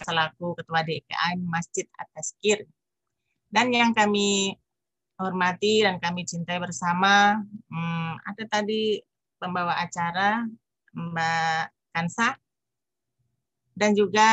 selaku Ketua DKM Masjid At-Tazkir. Dan yang kami hormati dan kami cintai bersama, ada tadi pembawa acara Mbak Kansa, dan juga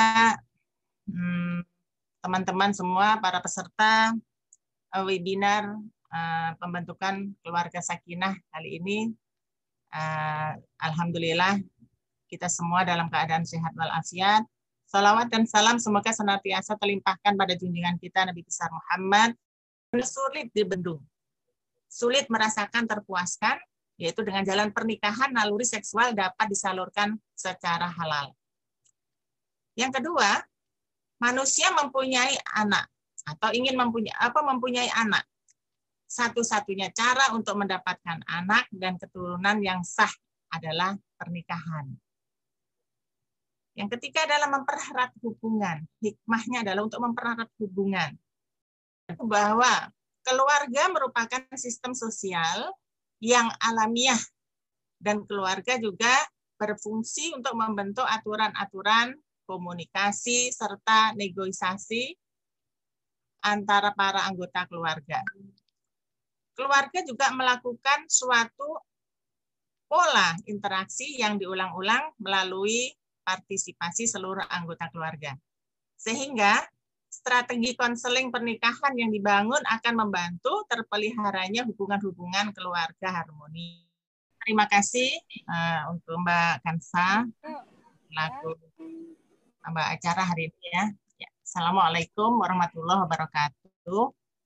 teman-teman semua, para peserta webinar pembentukan keluarga sakinah kali ini. Alhamdulillah kita semua dalam keadaan sehat walafiat. Salawat dan salam semoga senantiasa terlimpahkan pada junjungan kita Nabi besar Muhammad. Sulit dibendung, sulit merasakan terpuaskan, yaitu dengan jalan pernikahan naluri seksual dapat disalurkan secara halal. Yang kedua, manusia mempunyai anak atau ingin mempunyai anak. Satu-satunya cara untuk mendapatkan anak dan keturunan yang sah adalah pernikahan. Yang ketiga adalah mempererat hubungan. Hikmahnya adalah untuk mempererat hubungan. Bahwa keluarga merupakan sistem sosial yang alamiah dan keluarga juga berfungsi untuk membentuk aturan-aturan komunikasi serta negosiasi antara para anggota keluarga. Keluarga juga melakukan suatu pola interaksi yang diulang-ulang melalui partisipasi seluruh anggota keluarga. Sehingga strategi konseling pernikahan yang dibangun akan membantu terpeliharanya hubungan-hubungan keluarga harmoni. Terima kasih untuk Mbak Kansa, selaku Mbak acara hari ini ya. Assalamualaikum warahmatullahi wabarakatuh.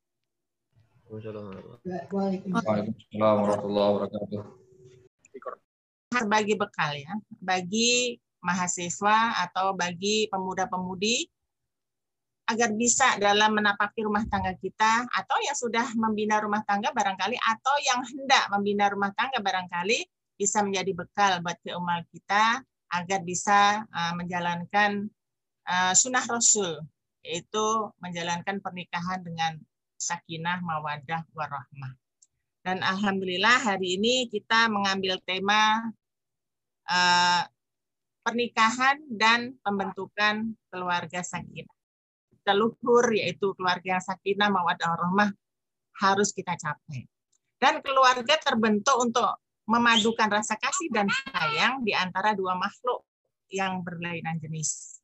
Waalaikumsalam warahmatullahi wabarakatuh. Sebagai bekal ya, bagi mahasiswa atau bagi pemuda-pemudi agar bisa dalam menapaki rumah tangga kita, atau yang sudah membina rumah tangga barangkali, atau yang hendak membina rumah tangga barangkali, bisa menjadi bekal buat keumah kita agar bisa menjalankan sunnah Rasul, yaitu menjalankan pernikahan dengan sakinah, mawaddah, warahmah. Dan alhamdulillah hari ini kita mengambil tema pernikahan dan pembentukan keluarga sakinah. Leluhur yaitu keluarga yang sakinah, mawaddah, warahmah harus kita capai. Dan keluarga terbentuk untuk memadukan rasa kasih dan sayang di antara dua makhluk yang berlainan jenis.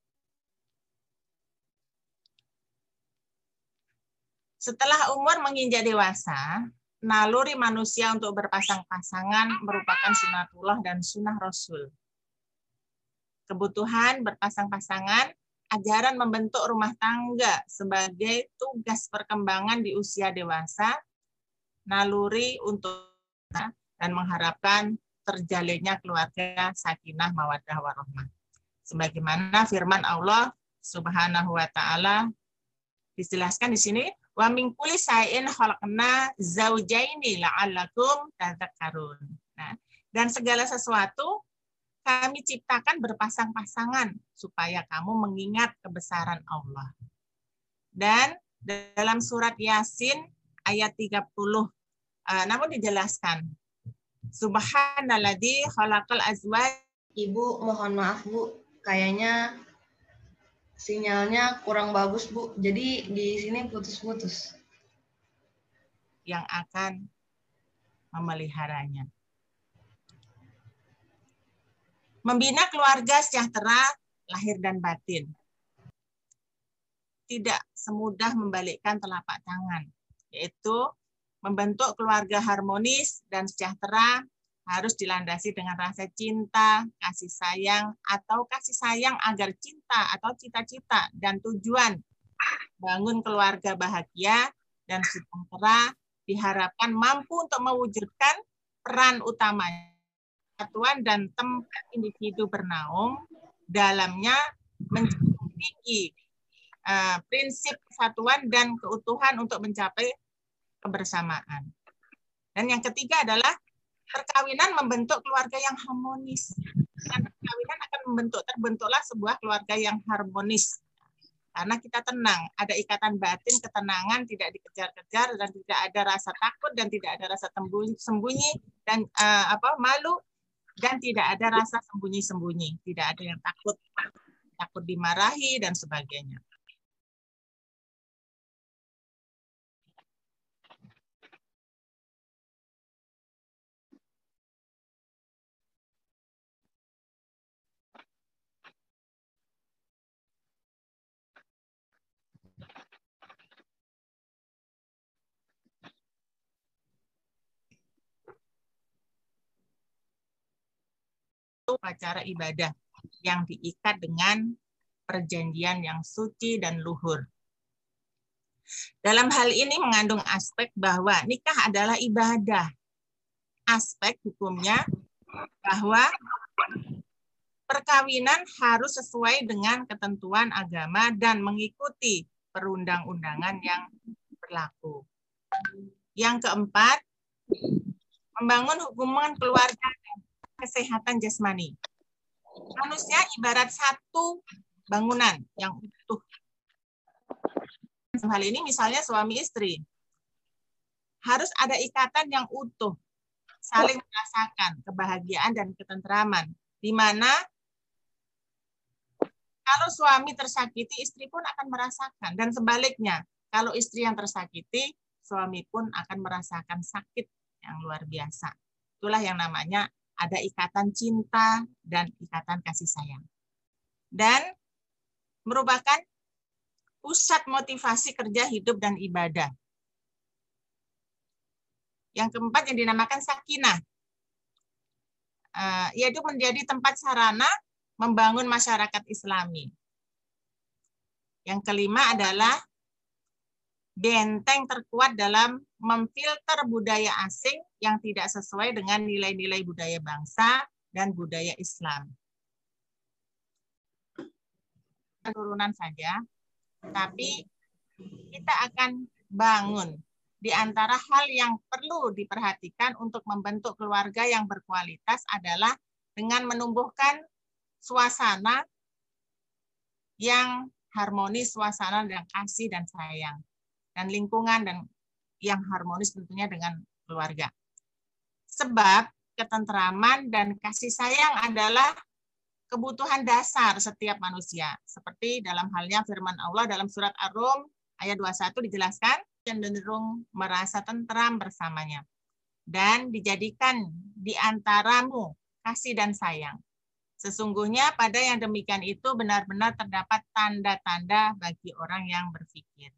Setelah umur menginjak dewasa, naluri manusia untuk berpasang-pasangan merupakan sunatullah dan sunnah Rasul. Kebutuhan berpasang-pasangan, ajaran membentuk rumah tangga sebagai tugas perkembangan di usia dewasa, naluri untuk dan mengharapkan terjalinnya keluarga sakinah, mawaddah, warahmah. Sebagaimana firman Allah Subhanahu wa taala dijelaskan di sini, wa min kulli shay'in khalaqna zaujaini la'allakum tadhakkarun. Nah, dan segala sesuatu kami ciptakan berpasang-pasangan supaya kamu mengingat kebesaran Allah. Dan dalam surat Yasin ayat 30 namun dijelaskan, Subhanalladzi khalaqal azwaj. Ibu, mohon maaf Bu, kayaknya sinyalnya kurang bagus Bu, jadi di sini putus-putus. Yang akan memeliharanya. Membina keluarga sejahtera lahir dan batin. Tidak semudah membalikkan telapak tangan, yaitu membentuk keluarga harmonis dan sejahtera harus dilandasi dengan rasa cinta, kasih sayang, atau kasih sayang agar cinta atau cita-cita dan tujuan bangun keluarga bahagia dan sejahtera diharapkan mampu untuk mewujudkan peran utamanya kesatuan dan tempat individu bernaung dalamnya menjunjung tinggi prinsip kesatuan dan keutuhan untuk mencapai kebersamaan. Dan yang ketiga adalah perkawinan membentuk keluarga yang harmonis. Dan perkawinan akan terbentuklah sebuah keluarga yang harmonis. Karena kita tenang, ada ikatan batin, ketenangan, tidak dikejar-kejar, dan tidak ada rasa takut, dan tidak ada rasa sembunyi, dan malu, dan tidak ada rasa sembunyi-sembunyi, tidak ada yang takut. takut dimarahi, dan sebagainya. Upacara ibadah yang diikat dengan perjanjian yang suci dan luhur. Dalam hal ini mengandung aspek bahwa nikah adalah ibadah. Aspek hukumnya bahwa perkawinan harus sesuai dengan ketentuan agama dan mengikuti perundang-undangan yang berlaku. Yang keempat, membangun hubungan keluarga dan kesehatan jasmani. Manusia ibarat satu bangunan yang utuh. Hal ini misalnya suami istri. Harus ada ikatan yang utuh, saling merasakan kebahagiaan dan ketentraman, di mana kalau suami tersakiti, istri pun akan merasakan. Dan sebaliknya, kalau istri yang tersakiti, suami pun akan merasakan sakit yang luar biasa. Itulah yang namanya ada ikatan cinta dan ikatan kasih sayang. Dan merupakan pusat motivasi kerja, hidup, dan ibadah. Yang keempat yang dinamakan sakinah, yaitu menjadi tempat sarana membangun masyarakat Islami. Yang kelima adalah benteng terkuat dalam memfilter budaya asing yang tidak sesuai dengan nilai-nilai budaya bangsa dan budaya Islam. Turunan saja, tapi kita akan bangun di antara hal yang perlu diperhatikan untuk membentuk keluarga yang berkualitas adalah dengan menumbuhkan suasana yang harmonis, suasana yang kasih dan sayang, dan lingkungan dan yang harmonis tentunya dengan keluarga. Sebab ketentraman dan kasih sayang adalah kebutuhan dasar setiap manusia. Seperti dalam halnya firman Allah dalam surat Ar-Rum ayat 21 dijelaskan, cenderung merasa tentram bersamanya. Dan dijadikan di antaramu kasih dan sayang. Sesungguhnya pada yang demikian itu benar-benar terdapat tanda-tanda bagi orang yang berpikir.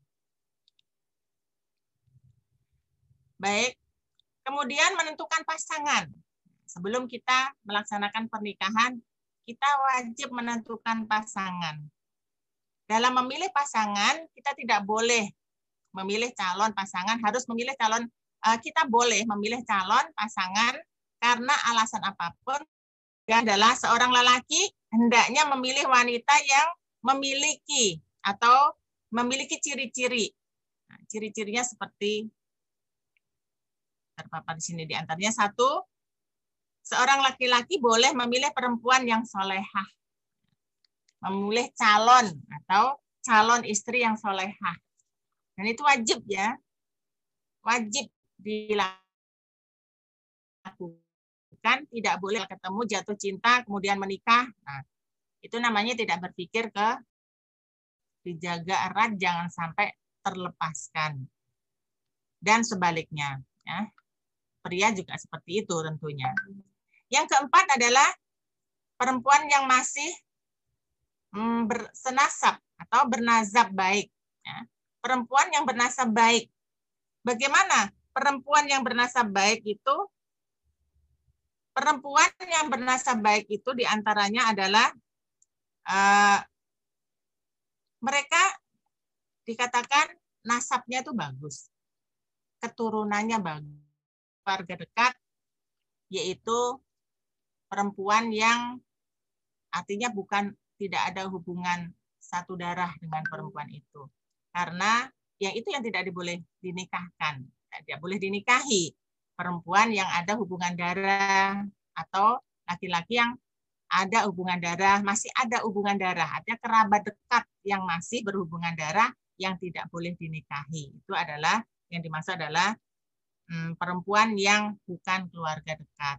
Baik, kemudian menentukan pasangan. Sebelum kita melaksanakan pernikahan, kita wajib menentukan pasangan. Dalam memilih pasangan, kita tidak boleh memilih calon pasangan, harus memilih calon, kita boleh memilih calon pasangan karena alasan apapun. Yang adalah seorang lelaki hendaknya memilih wanita yang memiliki atau memiliki ciri-ciri. Nah, ciri-cirinya seperti terpapat di sini, di antaranya satu, seorang laki-laki boleh memilih perempuan yang solehah, memilih calon atau calon istri yang solehah. Dan itu wajib ya, wajib dilakukan, tidak boleh ketemu jatuh cinta kemudian menikah. Nah, itu namanya tidak berpikir dijaga erat, jangan sampai terlepaskan. Dan sebaliknya, ya, pria juga seperti itu tentunya. Yang keempat adalah perempuan yang masih bersenasab atau bernazab baik. Ya. Perempuan yang bernasab baik. Bagaimana perempuan yang bernasab baik itu? Perempuan yang bernasab baik itu diantaranya adalah mereka dikatakan nasabnya itu bagus, keturunannya bagus, keluarga dekat, yaitu perempuan yang artinya bukan tidak ada hubungan satu darah dengan perempuan itu. Karena yang itu yang tidak boleh dinikahkan, tidak boleh dinikahi perempuan yang ada hubungan darah atau laki-laki yang ada hubungan darah, masih ada hubungan darah, artinya kerabat dekat yang masih berhubungan darah yang tidak boleh dinikahi. Itu adalah yang dimaksud adalah perempuan yang bukan keluarga dekat.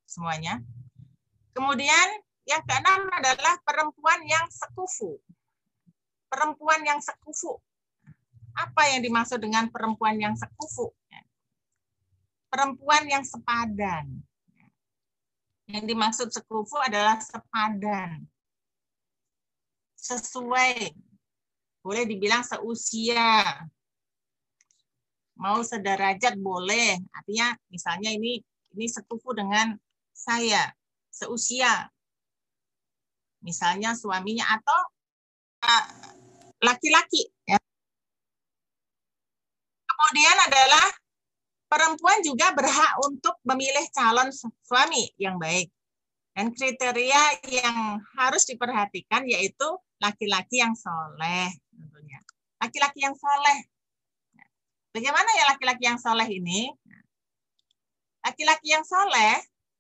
semuanya. Kemudian yang keenam adalah perempuan yang sekufu. Perempuan yang sekufu. Apa yang dimaksud dengan perempuan yang sekufu? Perempuan yang sepadan. Yang dimaksud sekufu adalah sepadan. Sesuai. Boleh dibilang seusia. Mau sederajat boleh. Artinya misalnya ini sekufu dengan saya. Seusia. Misalnya suaminya atau laki-laki. Ya. Kemudian adalah perempuan juga berhak untuk memilih calon suami yang baik. Dan kriteria yang harus diperhatikan yaitu laki-laki yang soleh. Tentunya. Laki-laki yang soleh. Bagaimana ya laki-laki yang soleh ini? Laki-laki yang soleh,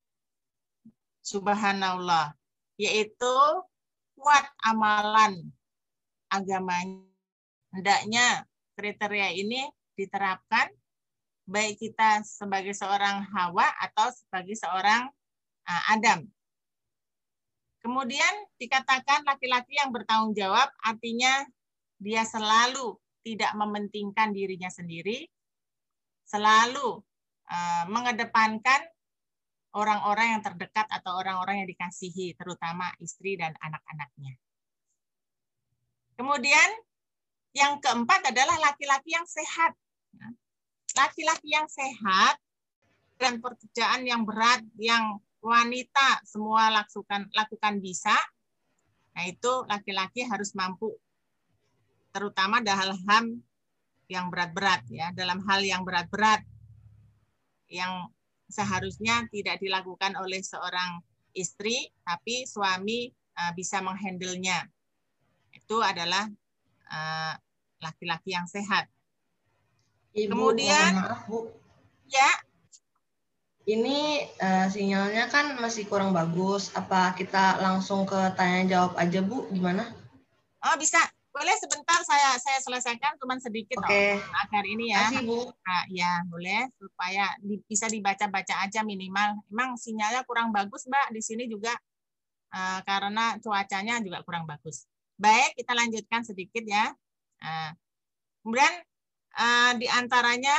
subhanallah, yaitu kuat amalan agamanya. Hendaknya kriteria ini diterapkan baik kita sebagai seorang Hawa atau sebagai seorang Adam. Kemudian dikatakan laki-laki yang bertanggung jawab, artinya dia selalu tidak mementingkan dirinya sendiri, selalu mengedepankan orang-orang yang terdekat atau orang-orang yang dikasihi, terutama istri dan anak-anaknya. Kemudian yang keempat adalah laki-laki yang sehat. Laki-laki yang sehat dan pekerjaan yang berat, yang wanita semua lakukan bisa, nah itu laki-laki harus mampu, terutama dalam hal yang berat-berat, ya, dalam hal yang berat-berat yang seharusnya tidak dilakukan oleh seorang istri, tapi suami bisa menghandle-nya. Itu adalah laki-laki yang sehat. Ibu, kemudian, maaf, Bu. Ya. Ini sinyalnya kan masih kurang bagus. Apa kita langsung ke tanya jawab aja, Bu? Gimana? Oh, bisa. Boleh sebentar saya selesaikan, cuma sedikit. Oke. Agar ini ya. Kasih, Bu. Nah, ya, boleh supaya bisa dibaca-baca aja minimal. Emang sinyalnya kurang bagus, Mbak. Di sini juga karena cuacanya juga kurang bagus. Baik, kita lanjutkan sedikit ya. Kemudian di antaranya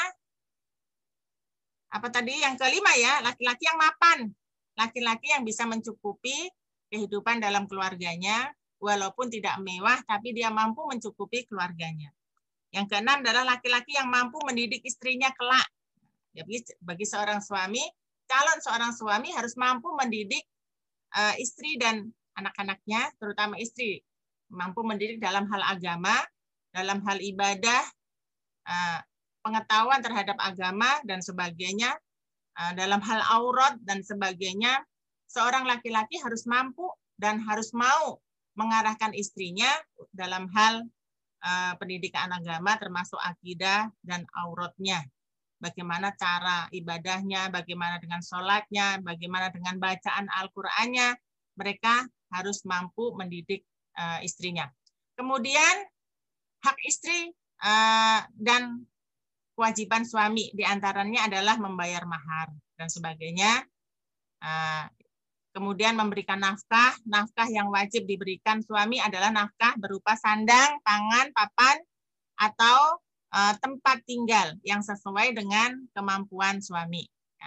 apa tadi yang kelima ya, laki-laki yang mapan. Laki-laki yang bisa mencukupi kehidupan dalam keluarganya, walaupun tidak mewah, tapi dia mampu mencukupi keluarganya. Yang keenam adalah laki-laki yang mampu mendidik istrinya kelak. Bagi seorang suami, calon seorang suami harus mampu mendidik istri dan anak-anaknya, terutama istri. Mampu mendidik dalam hal agama, dalam hal ibadah, pengetahuan terhadap agama, dan sebagainya, dalam hal aurat, dan sebagainya. Seorang laki-laki harus mampu dan harus mau mengarahkan istrinya dalam hal pendidikan agama, termasuk akidah dan auratnya. Bagaimana cara ibadahnya, bagaimana dengan sholatnya, bagaimana dengan bacaan Al-Qur'annya, mereka harus mampu mendidik istrinya. Kemudian hak istri dan kewajiban suami diantaranya adalah membayar mahar dan sebagainya. Kemudian memberikan nafkah. Nafkah yang wajib diberikan suami adalah nafkah berupa sandang, pangan, papan, atau tempat tinggal yang sesuai dengan kemampuan suami.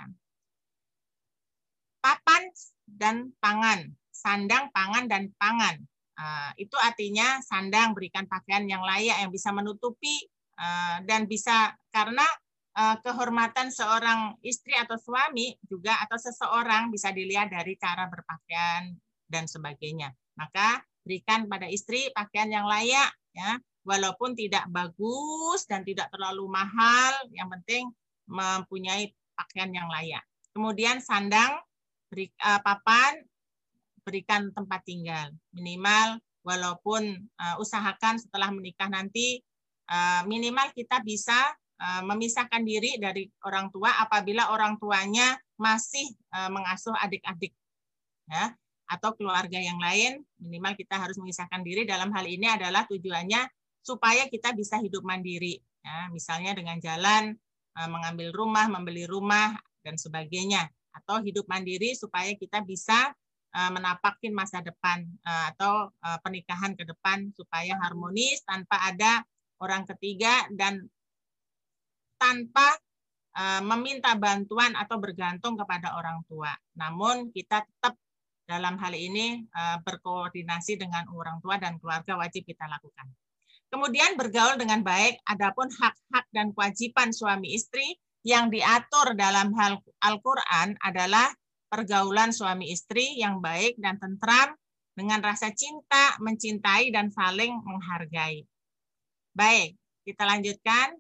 Papan dan pangan, sandang, pangan, dan pangan. Itu artinya sandang, berikan pakaian yang layak, yang bisa menutupi, dan bisa, karena kehormatan seorang istri atau suami juga atau seseorang bisa dilihat dari cara berpakaian dan sebagainya. Maka berikan pada istri pakaian yang layak, ya, walaupun tidak bagus dan tidak terlalu mahal, yang penting mempunyai pakaian yang layak. Kemudian sandang, papan, berikan tempat tinggal minimal, walaupun usahakan setelah menikah nanti minimal kita bisa memisahkan diri dari orang tua apabila orang tuanya masih mengasuh adik-adik, ya, atau keluarga yang lain. Minimal kita harus memisahkan diri. Dalam hal ini adalah tujuannya supaya kita bisa hidup mandiri, ya, misalnya dengan jalan mengambil rumah, membeli rumah, dan sebagainya. atau hidup mandiri supaya kita bisa menapakin masa depan atau pernikahan ke depan supaya harmonis tanpa ada orang ketiga dan tanpa meminta bantuan atau bergantung kepada orang tua. Namun kita tetap dalam hal ini berkoordinasi dengan orang tua dan keluarga wajib kita lakukan. Kemudian bergaul dengan baik, adapun hak-hak dan kewajiban suami istri yang diatur dalam hal Al-Quran adalah pergaulan suami istri yang baik dan tentram dengan rasa cinta, mencintai, dan saling menghargai. Baik, kita lanjutkan.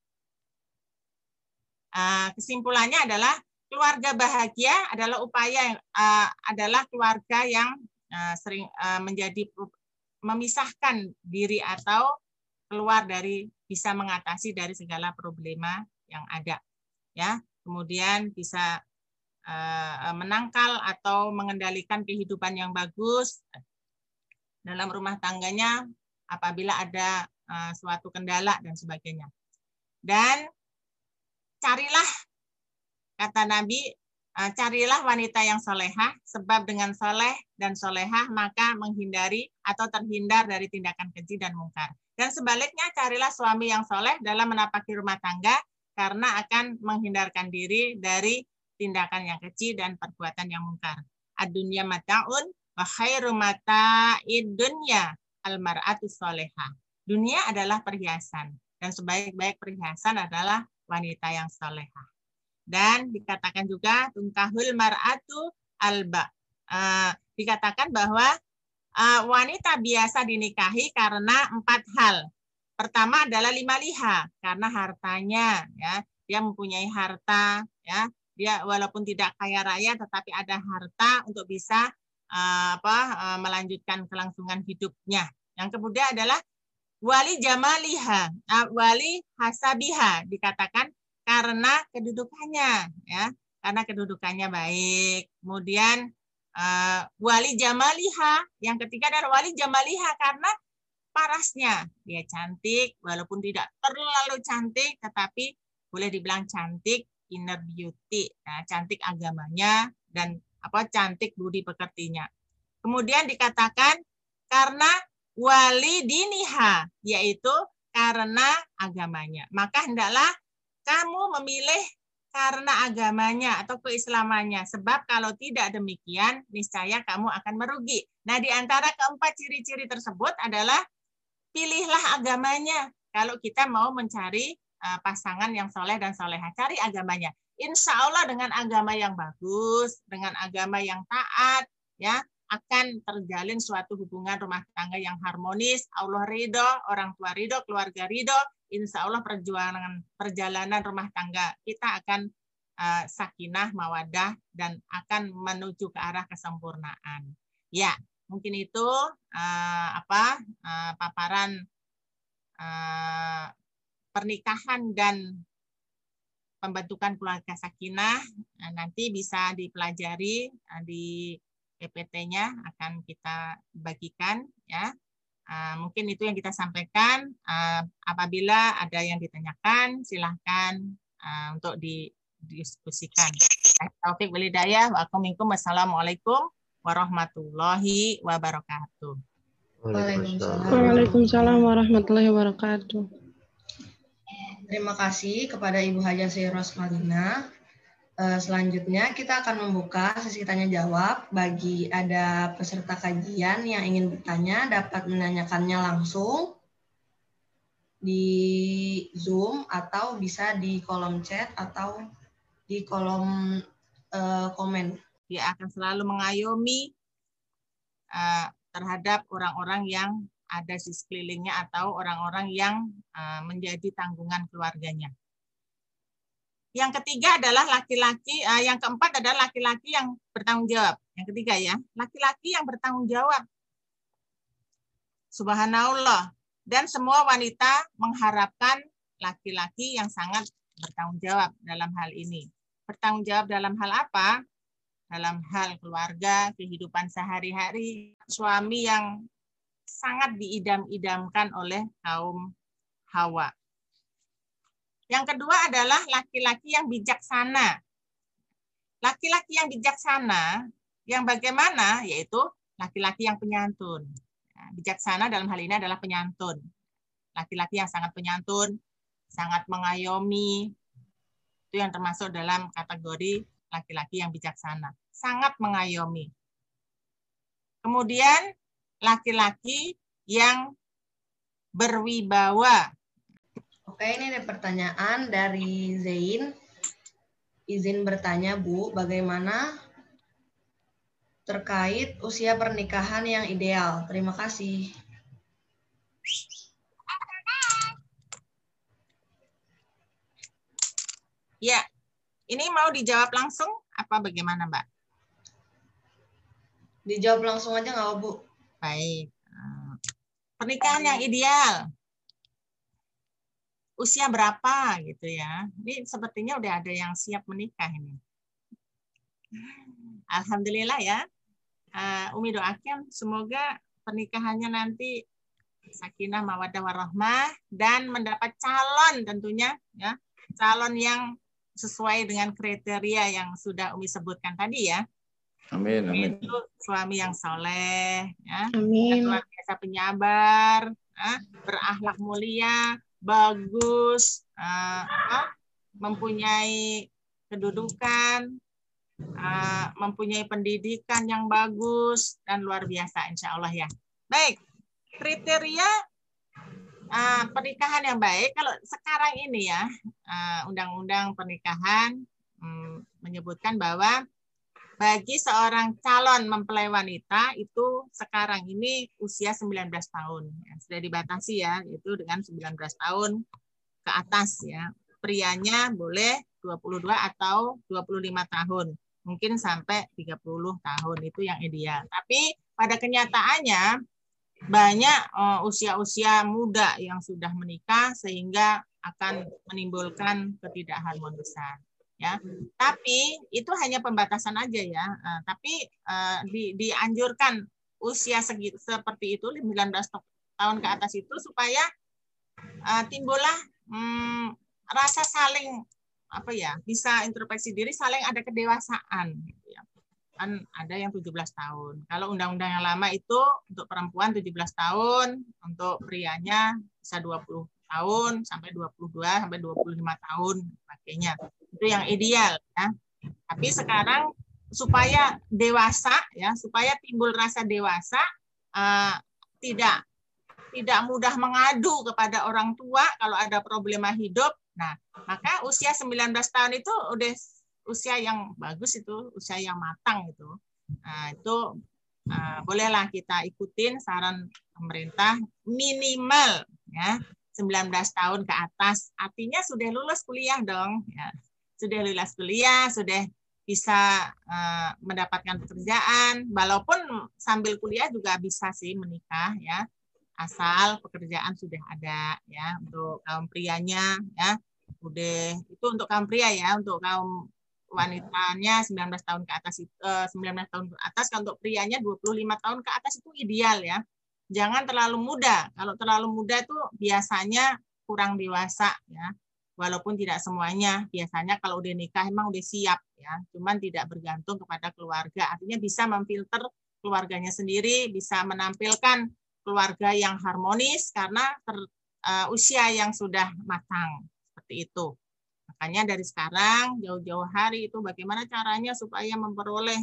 Kesimpulannya adalah keluarga bahagia adalah upaya adalah keluarga yang sering menjadi memisahkan diri atau keluar dari bisa mengatasi dari segala problema yang ada, ya. Kemudian bisa menangkal atau mengendalikan kehidupan yang bagus dalam rumah tangganya apabila ada suatu kendala dan sebagainya. Dan carilah, kata Nabi, carilah wanita yang solehah, sebab dengan soleh dan solehah maka menghindari atau terhindar dari tindakan keji dan mungkar. Dan sebaliknya carilah suami yang soleh dalam menapaki rumah tangga karena akan menghindarkan diri dari tindakan yang keji dan perbuatan yang mungkar. Ad-dunya mata'un wa khairu mata'id dunya al-mar'atu solehah. Dunia adalah perhiasan dan sebaik-baik perhiasan adalah wanita yang solehah. Dan dikatakan juga tungkahul mar'atu alba. Dikatakan bahwa wanita biasa dinikahi karena 4 hal. Pertama adalah 5 liha, karena hartanya, ya, dia mempunyai harta, ya, dia walaupun tidak kaya raya tetapi ada harta untuk bisa melanjutkan kelangsungan hidupnya. Yang kemudian adalah wali jamaliha, wali hasabiha, dikatakan karena kedudukannya, ya, karena kedudukannya baik. Kemudian wali jamaliha, yang ketiga adalah wali jamaliha karena parasnya, dia cantik walaupun tidak terlalu cantik tetapi boleh dibilang cantik inner beauty, nah, cantik agamanya dan cantik budi pekertinya. Kemudian dikatakan karena wali diniha, yaitu karena agamanya. Maka hendaklah kamu memilih karena agamanya atau keislamannya. Sebab kalau tidak demikian, niscaya kamu akan merugi. Nah, di antara keempat ciri-ciri tersebut adalah pilihlah agamanya. Kalau kita mau mencari pasangan yang soleh dan soleha, cari agamanya. Insya Allah dengan agama yang bagus, dengan agama yang taat, ya, akan terjalin suatu hubungan rumah tangga yang harmonis. Allah ridho, orang tua ridho, keluarga ridho. Insya Allah perjalanan rumah tangga kita akan sakinah, mawadah, dan akan menuju ke arah kesempurnaan. Ya, mungkin itu paparan pernikahan dan pembentukan keluarga sakinah. Nanti bisa dipelajari di PPT-nya akan kita bagikan, ya. Mungkin itu yang kita sampaikan. Apabila ada yang ditanyakan, silahkan untuk didiskusikan. Taufik wal hidayah. Wassalamualaikum warahmatullahi wabarakatuh. Waalaikumsalam warahmatullahi wabarakatuh. Terima kasih kepada Ibu Hajah Seiros Malina. Selanjutnya kita akan membuka sesi tanya jawab. Bagi ada peserta kajian yang ingin bertanya dapat menanyakannya langsung di Zoom atau bisa di kolom chat atau di kolom komen. Dia akan selalu mengayomi terhadap orang-orang yang ada di sekelilingnya atau orang-orang yang menjadi tanggungan keluarganya. Yang ketiga adalah laki-laki, yang keempat adalah laki-laki yang bertanggung jawab. Yang ketiga ya, laki-laki yang bertanggung jawab. Subhanallah. Dan semua wanita mengharapkan laki-laki yang sangat bertanggung jawab dalam hal ini. Bertanggung jawab dalam hal apa? Dalam hal keluarga, kehidupan sehari-hari, suami yang sangat diidam-idamkan oleh kaum Hawa. Yang kedua adalah laki-laki yang bijaksana. laki-laki yang bijaksana, yang bagaimana? Yaitu laki-laki yang penyantun. Nah, bijaksana dalam hal ini adalah penyantun. Laki-laki yang sangat penyantun, sangat mengayomi, itu yang termasuk dalam kategori laki-laki yang bijaksana. Sangat mengayomi. Kemudian laki-laki yang berwibawa. Oke, ini ada pertanyaan dari Zain. Izin bertanya, Bu, bagaimana terkait usia pernikahan yang ideal? Terima kasih. Ya, ini mau dijawab langsung apa bagaimana, Mbak? Dijawab langsung aja nggak, Bu? Baik. Pernikahan yang ideal. Usia berapa gitu ya. Ini sepertinya udah ada yang siap menikah ini. Alhamdulillah ya. Umi doakan semoga pernikahannya nanti sakinah mawaddah warahmah dan mendapat calon tentunya ya. Calon yang sesuai dengan kriteria yang sudah Umi sebutkan tadi ya. Amin, amin. Itu suami yang soleh, ya, Amin. luar biasa penyabar, berakhlak mulia, bagus, mempunyai kedudukan, mempunyai pendidikan yang bagus dan luar biasa, insya Allah ya. Baik, kriteria pernikahan yang baik kalau sekarang ini ya, undang-undang pernikahan menyebutkan bahwa bagi seorang calon mempelai wanita itu sekarang ini usia 19 tahun. Ya, sudah dibatasi ya, itu dengan 19 tahun ke atas ya. Prianya boleh 22 atau 25 tahun. Mungkin sampai 30 tahun itu yang ideal. Tapi pada kenyataannya banyak usia-usia muda yang sudah menikah sehingga akan menimbulkan ketidakharmonisan. Ya, tapi itu hanya pembatasan aja ya. Tapi dianjurkan usia seperti itu 19 tahun ke atas itu supaya timbullah rasa saling bisa introspeksi diri, saling ada kedewasaan. Ya. Kan ada yang 17 tahun. Kalau undang-undang yang lama itu untuk perempuan 17 tahun, untuk prianya bisa 20 tahun sampai 22 sampai 25 tahun pakainya. Itu yang ideal ya. Tapi sekarang supaya dewasa ya, supaya timbul rasa dewasa, tidak mudah mengadu kepada orang tua kalau ada problema hidup. Nah, maka usia 19 tahun itu udah usia yang bagus, itu usia yang matang itu. Nah, itu bolehlah kita ikutin saran pemerintah minimal ya 19 tahun ke atas, artinya sudah lulus kuliah dong ya. Sudah lulus kuliah, sudah bisa mendapatkan pekerjaan, walaupun sambil kuliah juga bisa sih menikah ya, asal pekerjaan sudah ada ya. Untuk kaum prianya ya, udah itu untuk kaum pria ya. Untuk kaum wanitanya 19 tahun ke atas, 19 tahun ke atas. Kalau untuk prianya 25 tahun ke atas itu ideal ya. Jangan terlalu muda. Kalau terlalu muda itu biasanya kurang dewasa ya. Walaupun tidak semuanya, biasanya kalau udah nikah emang udah siap ya. Cuman tidak bergantung kepada keluarga. Artinya bisa memfilter keluarganya sendiri, bisa menampilkan keluarga yang harmonis karena usia yang sudah matang. Seperti itu. Makanya dari sekarang jauh-jauh hari itu bagaimana caranya supaya memperoleh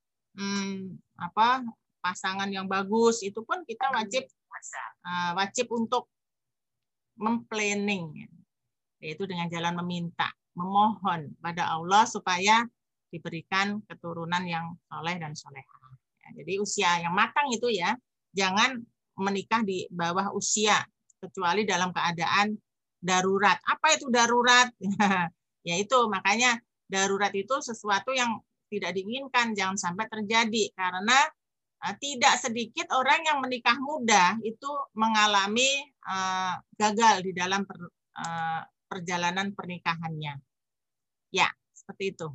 pasangan yang bagus, itu pun kita wajib untuk memplanning, yaitu dengan jalan meminta, memohon pada Allah supaya diberikan keturunan yang soleh dan soleha. Ya, jadi usia yang matang itu ya, jangan menikah di bawah usia, kecuali dalam keadaan darurat. Apa itu darurat? Ya itu, makanya darurat itu sesuatu yang tidak diinginkan, jangan sampai terjadi, karena tidak sedikit orang yang menikah muda itu mengalami gagal di dalam perjalanan pernikahannya. Ya, seperti itu.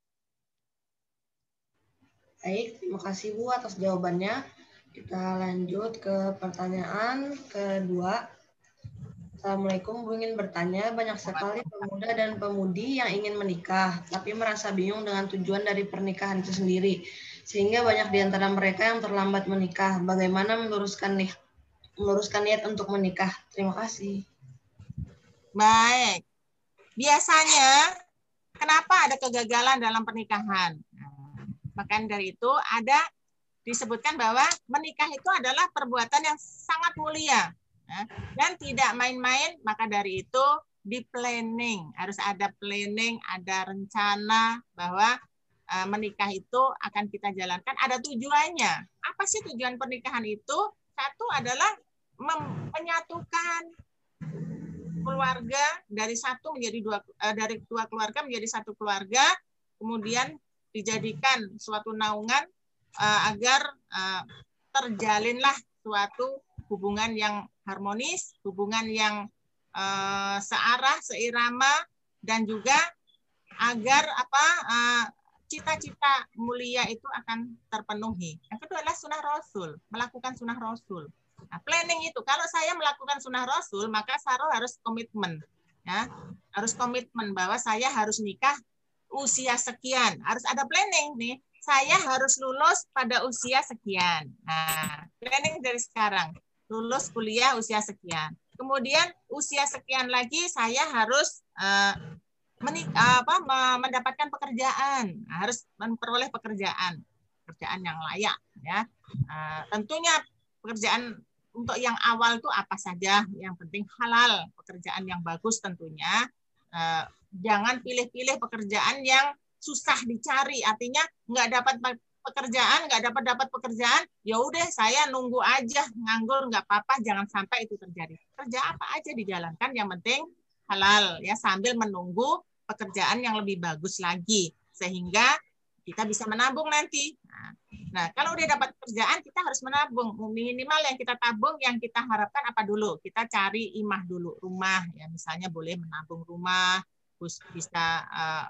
Baik, terima kasih Bu atas jawabannya. Kita lanjut ke pertanyaan kedua. Assalamualaikum, Bu ingin bertanya, banyak sekali pemuda dan pemudi yang ingin menikah, tapi merasa bingung dengan tujuan dari pernikahan itu sendiri. Sehingga banyak di antara mereka yang terlambat menikah. Bagaimana meluruskan niat untuk menikah? Terima kasih. Baik. Biasanya, kenapa ada kegagalan dalam pernikahan? Makanya dari itu ada disebutkan bahwa menikah itu adalah perbuatan yang sangat mulia. Dan tidak main-main, maka dari itu di planning. Harus ada planning, ada rencana bahwa menikah itu akan kita jalankan. Ada tujuannya. Apa sih tujuan pernikahan itu? Satu adalah menyatukan keluarga dari satu menjadi dua, dari dua keluarga menjadi satu keluarga, kemudian dijadikan suatu naungan agar terjalinlah suatu hubungan yang harmonis, hubungan yang searah, seirama, dan juga agar cita-cita mulia itu akan terpenuhi. Yang kedua adalah sunnah Rasul, melakukan sunnah Rasul. Nah, planning itu, kalau saya melakukan sunnah Rasul, maka saya harus komitmen, ya, harus komitmen bahwa saya harus nikah usia sekian, harus ada planning nih. Saya harus lulus pada usia sekian. Nah, planning dari sekarang, lulus kuliah usia sekian. Kemudian usia sekian lagi saya harus mendapatkan pekerjaan, harus memperoleh pekerjaan yang layak, ya. Tentunya pekerjaan untuk yang awal itu apa saja, yang penting halal, pekerjaan yang bagus tentunya. Jangan pilih-pilih pekerjaan yang susah dicari, artinya nggak dapat pekerjaan, ya udah saya nunggu aja, nganggur nggak apa-apa, jangan sampai itu terjadi. Kerja apa aja dijalankan, yang penting halal, ya, sambil menunggu pekerjaan yang lebih bagus lagi, sehingga kita bisa menabung nanti. Nah, kalau udah dapat pekerjaan, kita harus menabung. Minimal yang kita tabung, yang kita harapkan apa dulu? Kita cari imah dulu, rumah. Ya, misalnya boleh menabung rumah, bisa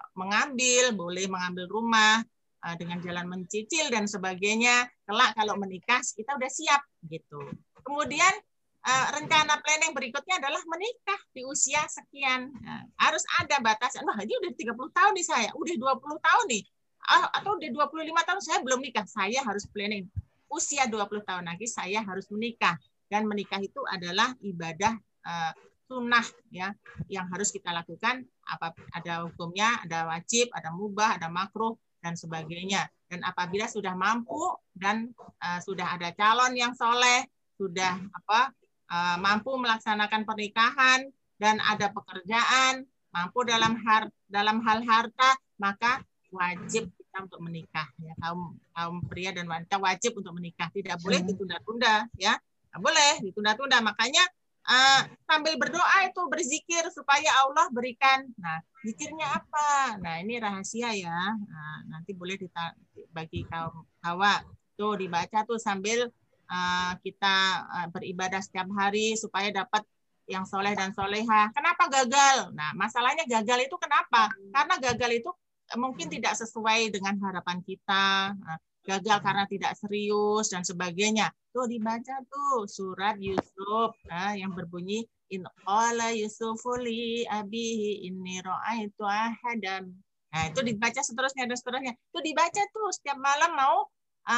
boleh mengambil rumah dengan jalan mencicil dan sebagainya. Kelak kalau menikah, kita udah siap gitu. Kemudian rencana planning berikutnya adalah menikah di usia sekian. Nah, harus ada batasan. Wah, ini udah 30 tahun nih saya, udah 20 tahun nih. Atau udah 25 tahun saya belum nikah. Saya harus planning. Usia 20 tahun lagi saya harus menikah. Dan menikah itu adalah ibadah sunnah, ya, yang harus kita lakukan. Ada hukumnya, ada wajib, ada mubah, ada makruh, dan sebagainya. Dan apabila sudah mampu dan sudah ada calon yang soleh, sudah mampu melaksanakan pernikahan dan ada pekerjaan, mampu dalam hal harta, maka wajib kita untuk menikah, ya. Kaum pria dan wanita wajib untuk menikah, tidak boleh ditunda-tunda, ya, nggak boleh ditunda-tunda. Makanya sambil berdoa itu berzikir supaya Allah berikan. Nah, zikirnya apa? Nah, ini rahasia, ya. Nah, nanti boleh bagi kaum hawa tuh dibaca tuh sambil kita beribadah setiap hari supaya dapat yang soleh dan solehah. Kenapa gagal? Nah, masalahnya gagal itu kenapa? Karena gagal itu mungkin tidak sesuai dengan harapan kita, gagal karena tidak serius dan sebagainya. Tuh dibaca tuh surat Yusuf yang berbunyi in qala yusufu li abihi inni ra'aitu ahadan. Nah, itu dibaca seterusnya dan seterusnya. Itu dibaca tuh setiap malam mau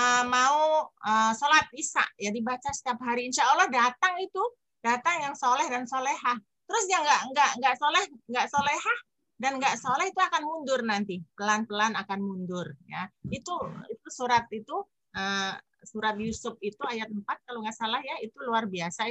sholat isya, ya, dibaca setiap hari. Insya Allah datang yang soleh dan solehah. Terus yang nggak solehah dan nggak soleh itu akan mundur nanti, pelan-pelan akan mundur, ya. Itu surat itu surat Yusuf itu ayat 4 kalau nggak salah, ya, itu luar biasa.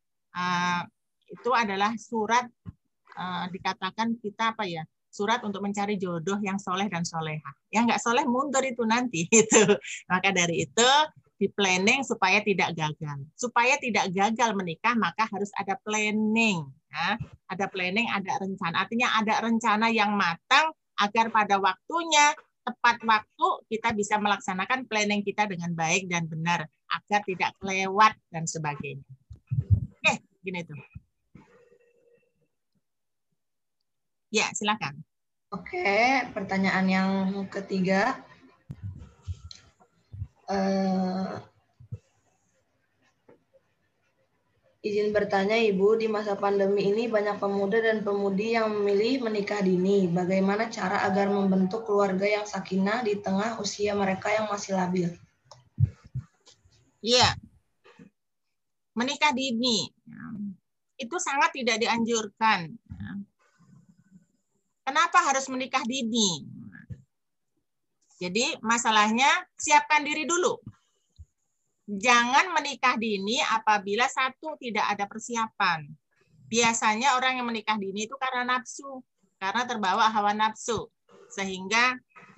Itu adalah surat dikatakan kita surat untuk mencari jodoh yang soleh dan solehah. Yang nggak soleh mundur itu nanti. Itu. Maka dari itu di planning supaya tidak gagal. Supaya tidak gagal menikah, maka harus ada planning. Ya. Ada planning, ada rencana. Artinya ada rencana yang matang agar pada waktunya, tepat waktu, kita bisa melaksanakan planning kita dengan baik dan benar. Agar tidak kelewat dan sebagainya. Oke, gini tuh. Ya, silakan. Oke, pertanyaan yang ketiga. Izin bertanya Ibu, di masa pandemi ini banyak pemuda dan pemudi yang memilih menikah dini. Bagaimana cara agar membentuk keluarga yang sakinah di tengah usia mereka yang masih labil? Iya, menikah dini itu sangat tidak dianjurkan. Kenapa harus menikah dini? Jadi masalahnya siapkan diri dulu. Jangan menikah dini apabila satu tidak ada persiapan. Biasanya orang yang menikah dini itu karena nafsu, karena terbawa hawa nafsu, sehingga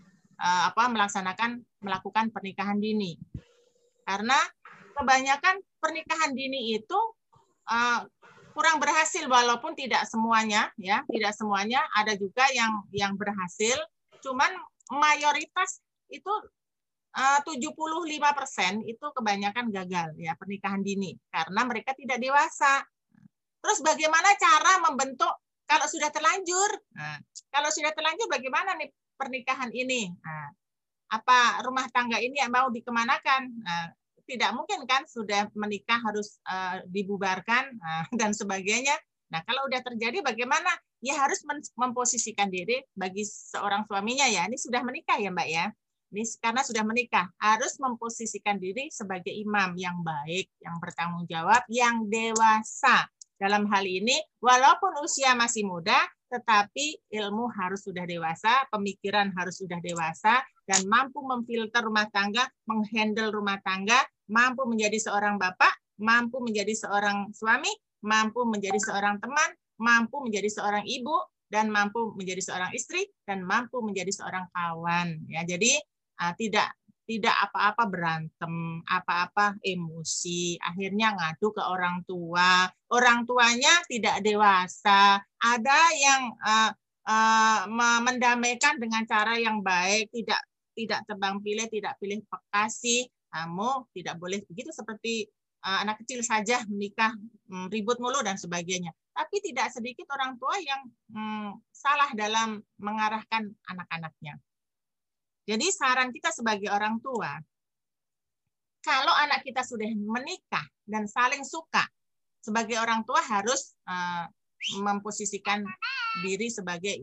melakukan pernikahan dini. Karena kebanyakan pernikahan dini itu kurang berhasil, walaupun tidak semuanya, ya, tidak semuanya, ada juga yang berhasil, cuman mayoritas itu 75% itu kebanyakan gagal, ya, pernikahan dini karena mereka tidak dewasa. Terus bagaimana cara membentuk kalau sudah terlanjur? Nah, kalau sudah terlanjur bagaimana nih pernikahan ini? Nah, apa rumah tangga ini mau dikemanakan? Nah, tidak mungkin kan sudah menikah harus dibubarkan dan sebagainya. Nah, kalau udah terjadi bagaimana? Ya harus memposisikan diri bagi seorang suaminya, ya. Ini sudah menikah ya, Mbak, ya. Ini karena sudah menikah, harus memposisikan diri sebagai imam yang baik, yang bertanggung jawab, yang dewasa. Dalam hal ini, walaupun usia masih muda, tetapi ilmu harus sudah dewasa, pemikiran harus sudah dewasa, dan mampu memfilter rumah tangga, menghandle rumah tangga, mampu menjadi seorang bapak, mampu menjadi seorang suami, mampu menjadi seorang teman, mampu menjadi seorang ibu, dan mampu menjadi seorang istri, dan mampu menjadi seorang kawan. Ya, jadi tidak apa-apa berantem, apa-apa emosi, akhirnya ngadu ke orang tua. Orang tuanya tidak dewasa. Ada yang mendamaikan dengan cara yang baik, tidak tebang pilih, tidak pilih kasih. Kamu tidak boleh begitu seperti anak kecil saja menikah, ribut mulu dan sebagainya. Tapi tidak sedikit orang tua yang salah dalam mengarahkan anak-anaknya. Jadi saran kita sebagai orang tua, kalau anak kita sudah menikah dan saling suka, sebagai orang tua harus memposisikan diri sebagai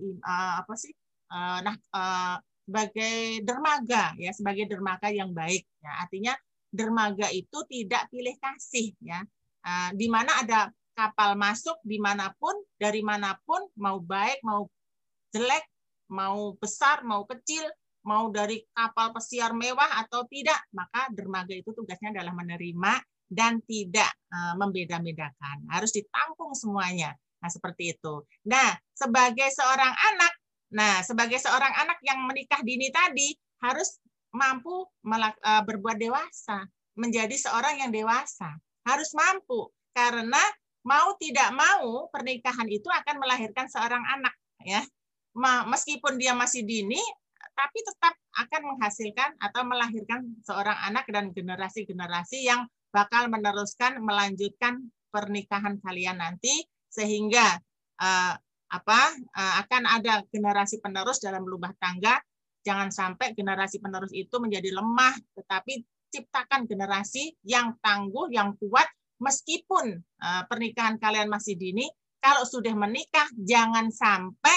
sebagai dermaga, ya, sebagai dermaga yang baik. Ya, artinya dermaga itu tidak pilih kasih, ya. Di mana ada kapal masuk dimanapun, dari manapun, mau baik, mau jelek, mau besar, mau kecil, mau dari kapal pesiar mewah atau tidak, maka dermaga itu tugasnya adalah menerima dan tidak membeda-bedakan. Harus ditampung semuanya. Nah, seperti itu. Nah, sebagai seorang anak yang menikah dini tadi harus mampu berbuat dewasa, menjadi seorang yang dewasa. Harus mampu, karena mau tidak mau pernikahan itu akan melahirkan seorang anak, ya. Meskipun dia masih dini, tapi tetap akan menghasilkan atau melahirkan seorang anak dan generasi-generasi yang bakal meneruskan, melanjutkan pernikahan kalian nanti, sehingga akan ada generasi penerus dalam rumah tangga. Jangan sampai generasi penerus itu menjadi lemah, tetapi ciptakan generasi yang tangguh, yang kuat, meskipun pernikahan kalian masih dini. Kalau sudah menikah, jangan sampai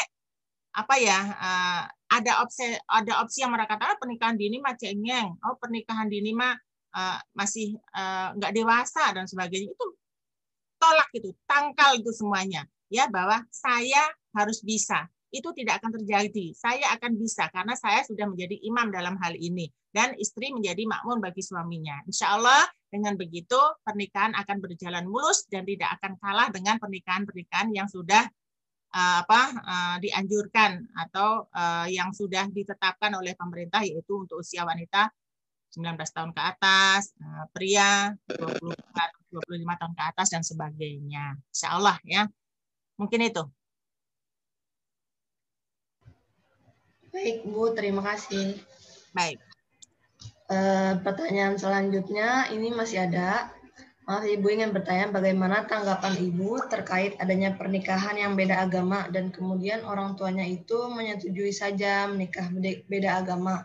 ada opsi yang mereka katakan pernikahan dini mah cengeng, pernikahan dini mah masih nggak dewasa dan sebagainya. Itu tolak, itu tangkal itu semuanya, ya, bahwa saya harus bisa. Itu tidak akan terjadi. Saya akan bisa karena saya sudah menjadi imam dalam hal ini, dan istri menjadi makmum bagi suaminya. Insya Allah dengan begitu pernikahan akan berjalan mulus dan tidak akan kalah dengan pernikahan-pernikahan yang sudah dianjurkan atau yang sudah ditetapkan oleh pemerintah, yaitu untuk usia wanita 19 tahun ke atas, pria 25 tahun ke atas dan sebagainya. Insya Allah, ya. Mungkin itu. Baik, Bu, terima kasih. Baik. Pertanyaan selanjutnya ini masih ada. Maaf, Ibu ingin bertanya bagaimana tanggapan Ibu terkait adanya pernikahan yang beda agama dan kemudian orang tuanya itu menyetujui saja menikah beda agama.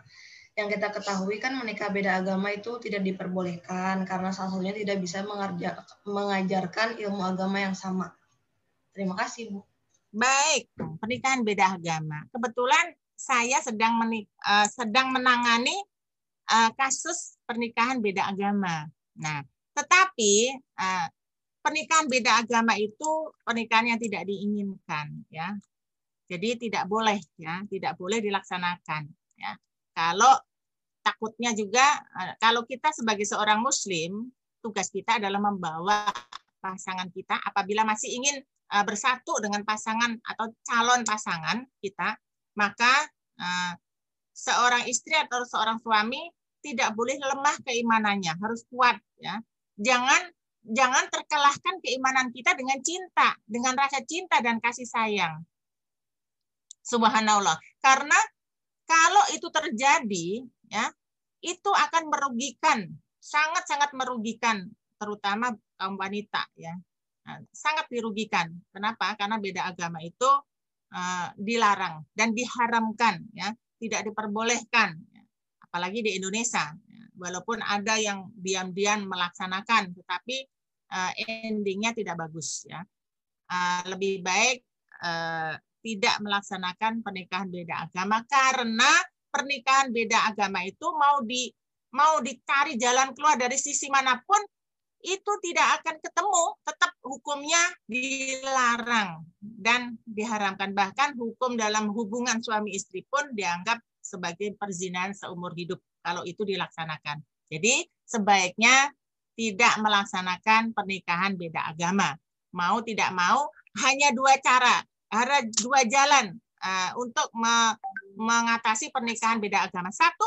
Yang kita ketahui kan menikah beda agama itu tidak diperbolehkan karena salah satunya tidak bisa mengajarkan ilmu agama yang sama. Terima kasih, Bu. Baik, pernikahan beda agama. Kebetulan saya sedang menangani kasus pernikahan beda agama. Nah, tetapi pernikahan beda agama itu pernikahan yang tidak diinginkan, ya. Jadi tidak boleh, ya, tidak boleh dilaksanakan, ya. Kalau takutnya juga, kalau kita sebagai seorang Muslim, tugas kita adalah membawa pasangan kita apabila masih ingin bersatu dengan pasangan atau calon pasangan kita, maka seorang istri atau seorang suami tidak boleh lemah keimanannya, harus kuat, ya. Jangan terkalahkan keimanan kita dengan cinta, dengan rasa cinta dan kasih sayang. Subhanallah. Karena kalau itu terjadi, ya, itu akan merugikan, sangat-sangat merugikan, terutama kaum wanita, ya. Nah, sangat dirugikan. Kenapa? Karena beda agama itu dilarang dan diharamkan, ya, tidak diperbolehkan, ya. Apalagi di Indonesia, ya. Walaupun ada yang diam-diam melaksanakan, tetapi endingnya tidak bagus, ya. Lebih baik tidak melaksanakan pernikahan beda agama, karena pernikahan beda agama itu mau dicari jalan keluar dari sisi manapun itu tidak akan ketemu, tetap hukumnya dilarang dan diharamkan. Bahkan hukum dalam hubungan suami istri pun dianggap sebagai perzinahan seumur hidup kalau itu dilaksanakan. Jadi sebaiknya tidak melaksanakan pernikahan beda agama. Mau tidak mau hanya dua cara, ada dua jalan untuk mengatasi pernikahan beda agama. Satu,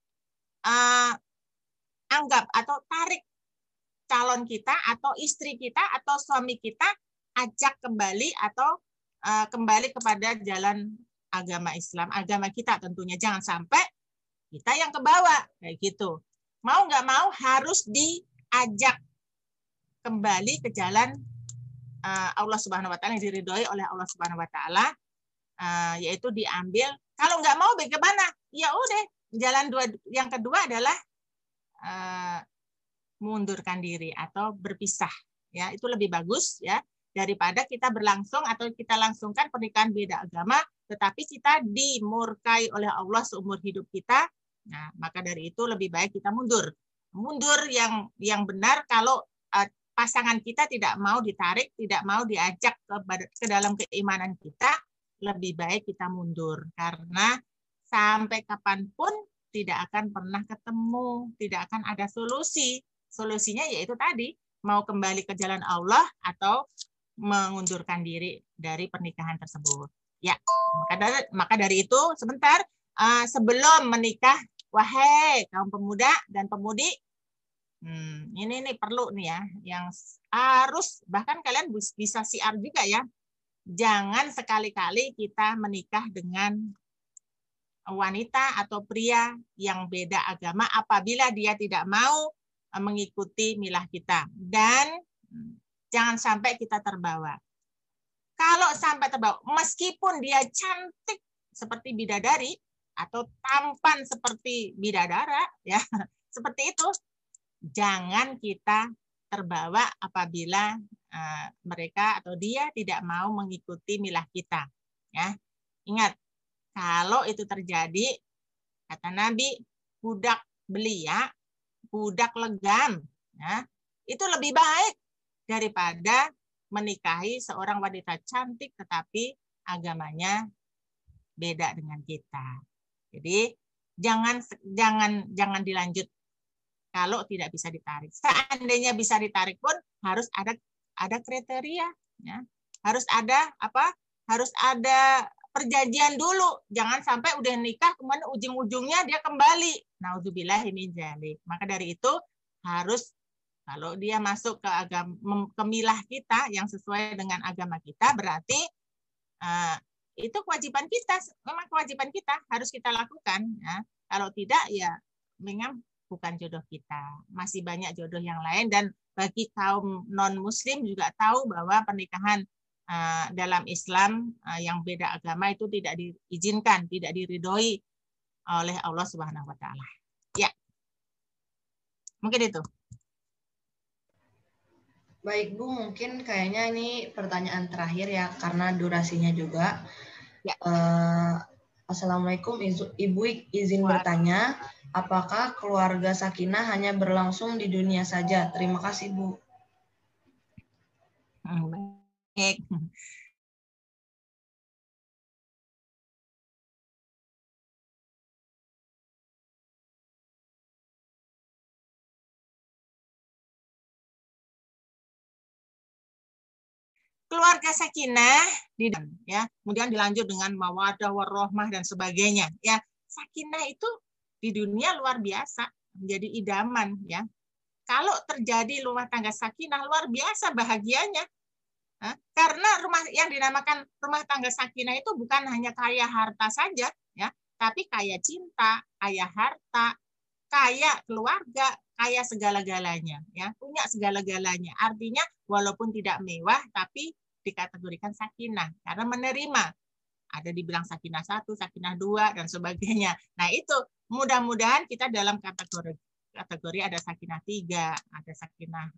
anggap atau tarik calon kita atau istri kita atau suami kita, ajak kembali atau kembali kepada jalan agama Islam, agama kita tentunya. Jangan sampai kita yang ke bawah kayak gitu. Mau nggak mau harus diajak kembali ke jalan Allah Subhanahu Wa Taala, yang diridhoi oleh Allah Subhanahu Wa Taala, yaitu diambil. Kalau nggak mau bagaimana? Ya udah, jalan yang kedua adalah mundurkan diri atau berpisah, ya. Itu lebih bagus, ya, daripada kita berlangsung atau kita langsungkan pernikahan beda agama tetapi kita dimurkai oleh Allah seumur hidup kita. Nah, maka dari itu lebih baik kita mundur yang benar. Kalau pasangan kita tidak mau ditarik, tidak mau diajak ke dalam keimanan kita, lebih baik kita mundur, karena sampai kapanpun tidak akan pernah ketemu, tidak akan ada solusi. Solusinya yaitu tadi, mau kembali ke jalan Allah atau mengundurkan diri dari pernikahan tersebut. Ya, maka dari itu sebentar sebelum menikah, wahai kaum pemuda dan pemudi, ini perlu nih, ya, yang harus, bahkan kalian bisa siar juga, ya. Jangan sekali-kali kita menikah dengan wanita atau pria yang beda agama apabila dia tidak mau mengikuti milah kita, dan jangan sampai kita terbawa. Kalau sampai terbawa, meskipun dia cantik seperti bidadari atau tampan seperti bidadara, ya, seperti itu, jangan kita terbawa apabila mereka atau dia tidak mau mengikuti milah kita, ya. Ingat, kalau itu terjadi, kata Nabi, budak belia, budak legam, ya, itu lebih baik daripada menikahi seorang wanita cantik tetapi agamanya beda dengan kita. Jadi jangan dilanjut kalau tidak bisa ditarik. Seandainya bisa ditarik pun harus ada kriteria, ya. Harus ada apa? Harus ada perjanjian dulu. Jangan sampai udah nikah kemudian ujung-ujungnya dia kembali. Nauzubillahi min dzalik. Maka dari itu harus, kalau dia masuk ke milah kita yang sesuai dengan agama kita, berarti itu kewajiban kita, memang kewajiban kita harus kita lakukan, ya. Kalau tidak, ya memang bukan jodoh kita. Masih banyak jodoh yang lain, dan bagi kaum non-muslim juga tahu bahwa pernikahan dalam Islam yang beda agama itu tidak diizinkan, tidak diridhoi oleh Allah Subhanahu wa taala. Ya. Mungkin itu. Baik Bu, mungkin kayaknya ini pertanyaan terakhir ya karena durasinya juga. Ya. Assalamualaikum Ibu, izin bertanya, apakah keluarga sakinah hanya berlangsung di dunia saja? Terima kasih Bu. Baik. Keluarga sakinah ya, kemudian dilanjut dengan mawaddah warahmah dan sebagainya ya. Sakinah itu di dunia luar biasa, menjadi idaman ya. Kalau terjadi rumah tangga sakinah luar biasa bahagianya. Karena rumah yang dinamakan rumah tangga sakinah itu bukan hanya kaya harta saja ya, tapi kaya cinta, kaya harta, kaya keluarga, kaya segala-galanya ya, punya segala-galanya. Artinya walaupun tidak mewah tapi dikategorikan sakinah karena menerima. Ada dibilang sakinah 1, sakinah 2 dan sebagainya. Nah, itu mudah-mudahan kita dalam kategori ada sakinah 3, ada sakinah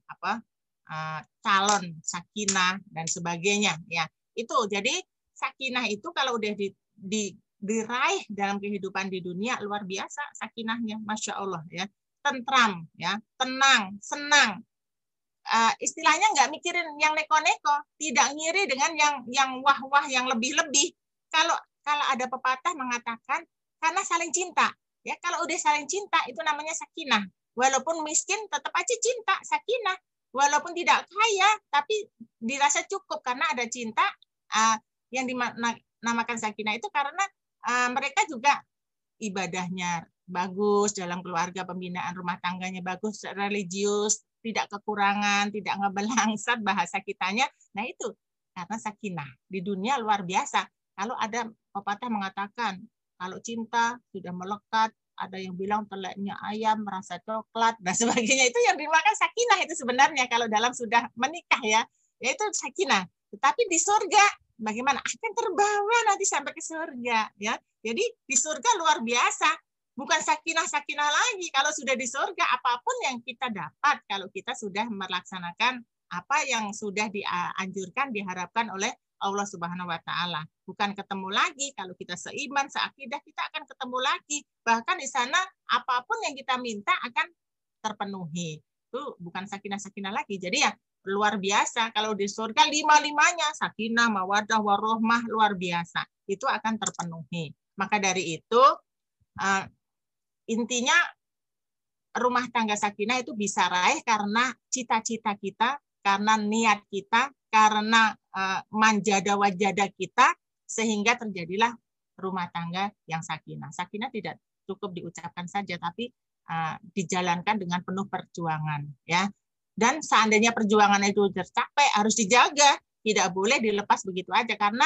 calon sakinah dan sebagainya ya. Itu jadi sakinah itu kalau udah diraih dalam kehidupan di dunia luar biasa sakinahnya, Masya Allah ya, tentram ya, tenang, senang. Istilahnya nggak mikirin yang neko-neko, tidak ngiri dengan yang wah-wah, yang lebih-lebih. Kalau ada pepatah mengatakan karena saling cinta ya, kalau udah saling cinta itu namanya sakinah. Walaupun miskin tetap aja cinta, sakinah. Walaupun tidak kaya tapi dirasa cukup karena ada cinta. Yang dinamakan sakinah itu karena mereka juga ibadahnya bagus dalam keluarga, pembinaan rumah tangganya bagus, religius, tidak kekurangan, tidak ngebelangsat bahasa kitanya. Nah itu karena sakinah di dunia luar biasa. Kalau ada pepatah mengatakan kalau cinta sudah melekat, ada yang bilang teleknya ayam merasa coklat dan sebagainya, itu yang dimakan sakinah itu sebenarnya kalau dalam sudah menikah ya, yaitu sakinah. Tetapi di surga bagaimana? Akan terbawa nanti sampai ke surga ya. Jadi di surga luar biasa. Bukan sakinah-sakinah lagi. Kalau sudah di surga, apapun yang kita dapat, kalau kita sudah melaksanakan apa yang sudah dianjurkan, diharapkan oleh Allah Subhanahu wa taala. Bukan ketemu lagi, kalau kita seiman, seakidah, kita akan ketemu lagi. Bahkan di sana, apapun yang kita minta akan terpenuhi. Itu bukan sakinah-sakinah lagi. Jadi ya, luar biasa. Kalau di surga, lima-limanya, sakinah, mawaddah, warahmah, luar biasa. Itu akan terpenuhi. Maka dari itu, intinya rumah tangga sakinah itu bisa raih karena cita-cita kita, karena niat kita, karena manjada wajada kita, sehingga terjadilah rumah tangga yang sakinah. Sakinah tidak cukup diucapkan saja, tapi dijalankan dengan penuh perjuangan, ya. Dan seandainya perjuangan itu tercapai, harus dijaga, tidak boleh dilepas begitu aja, karena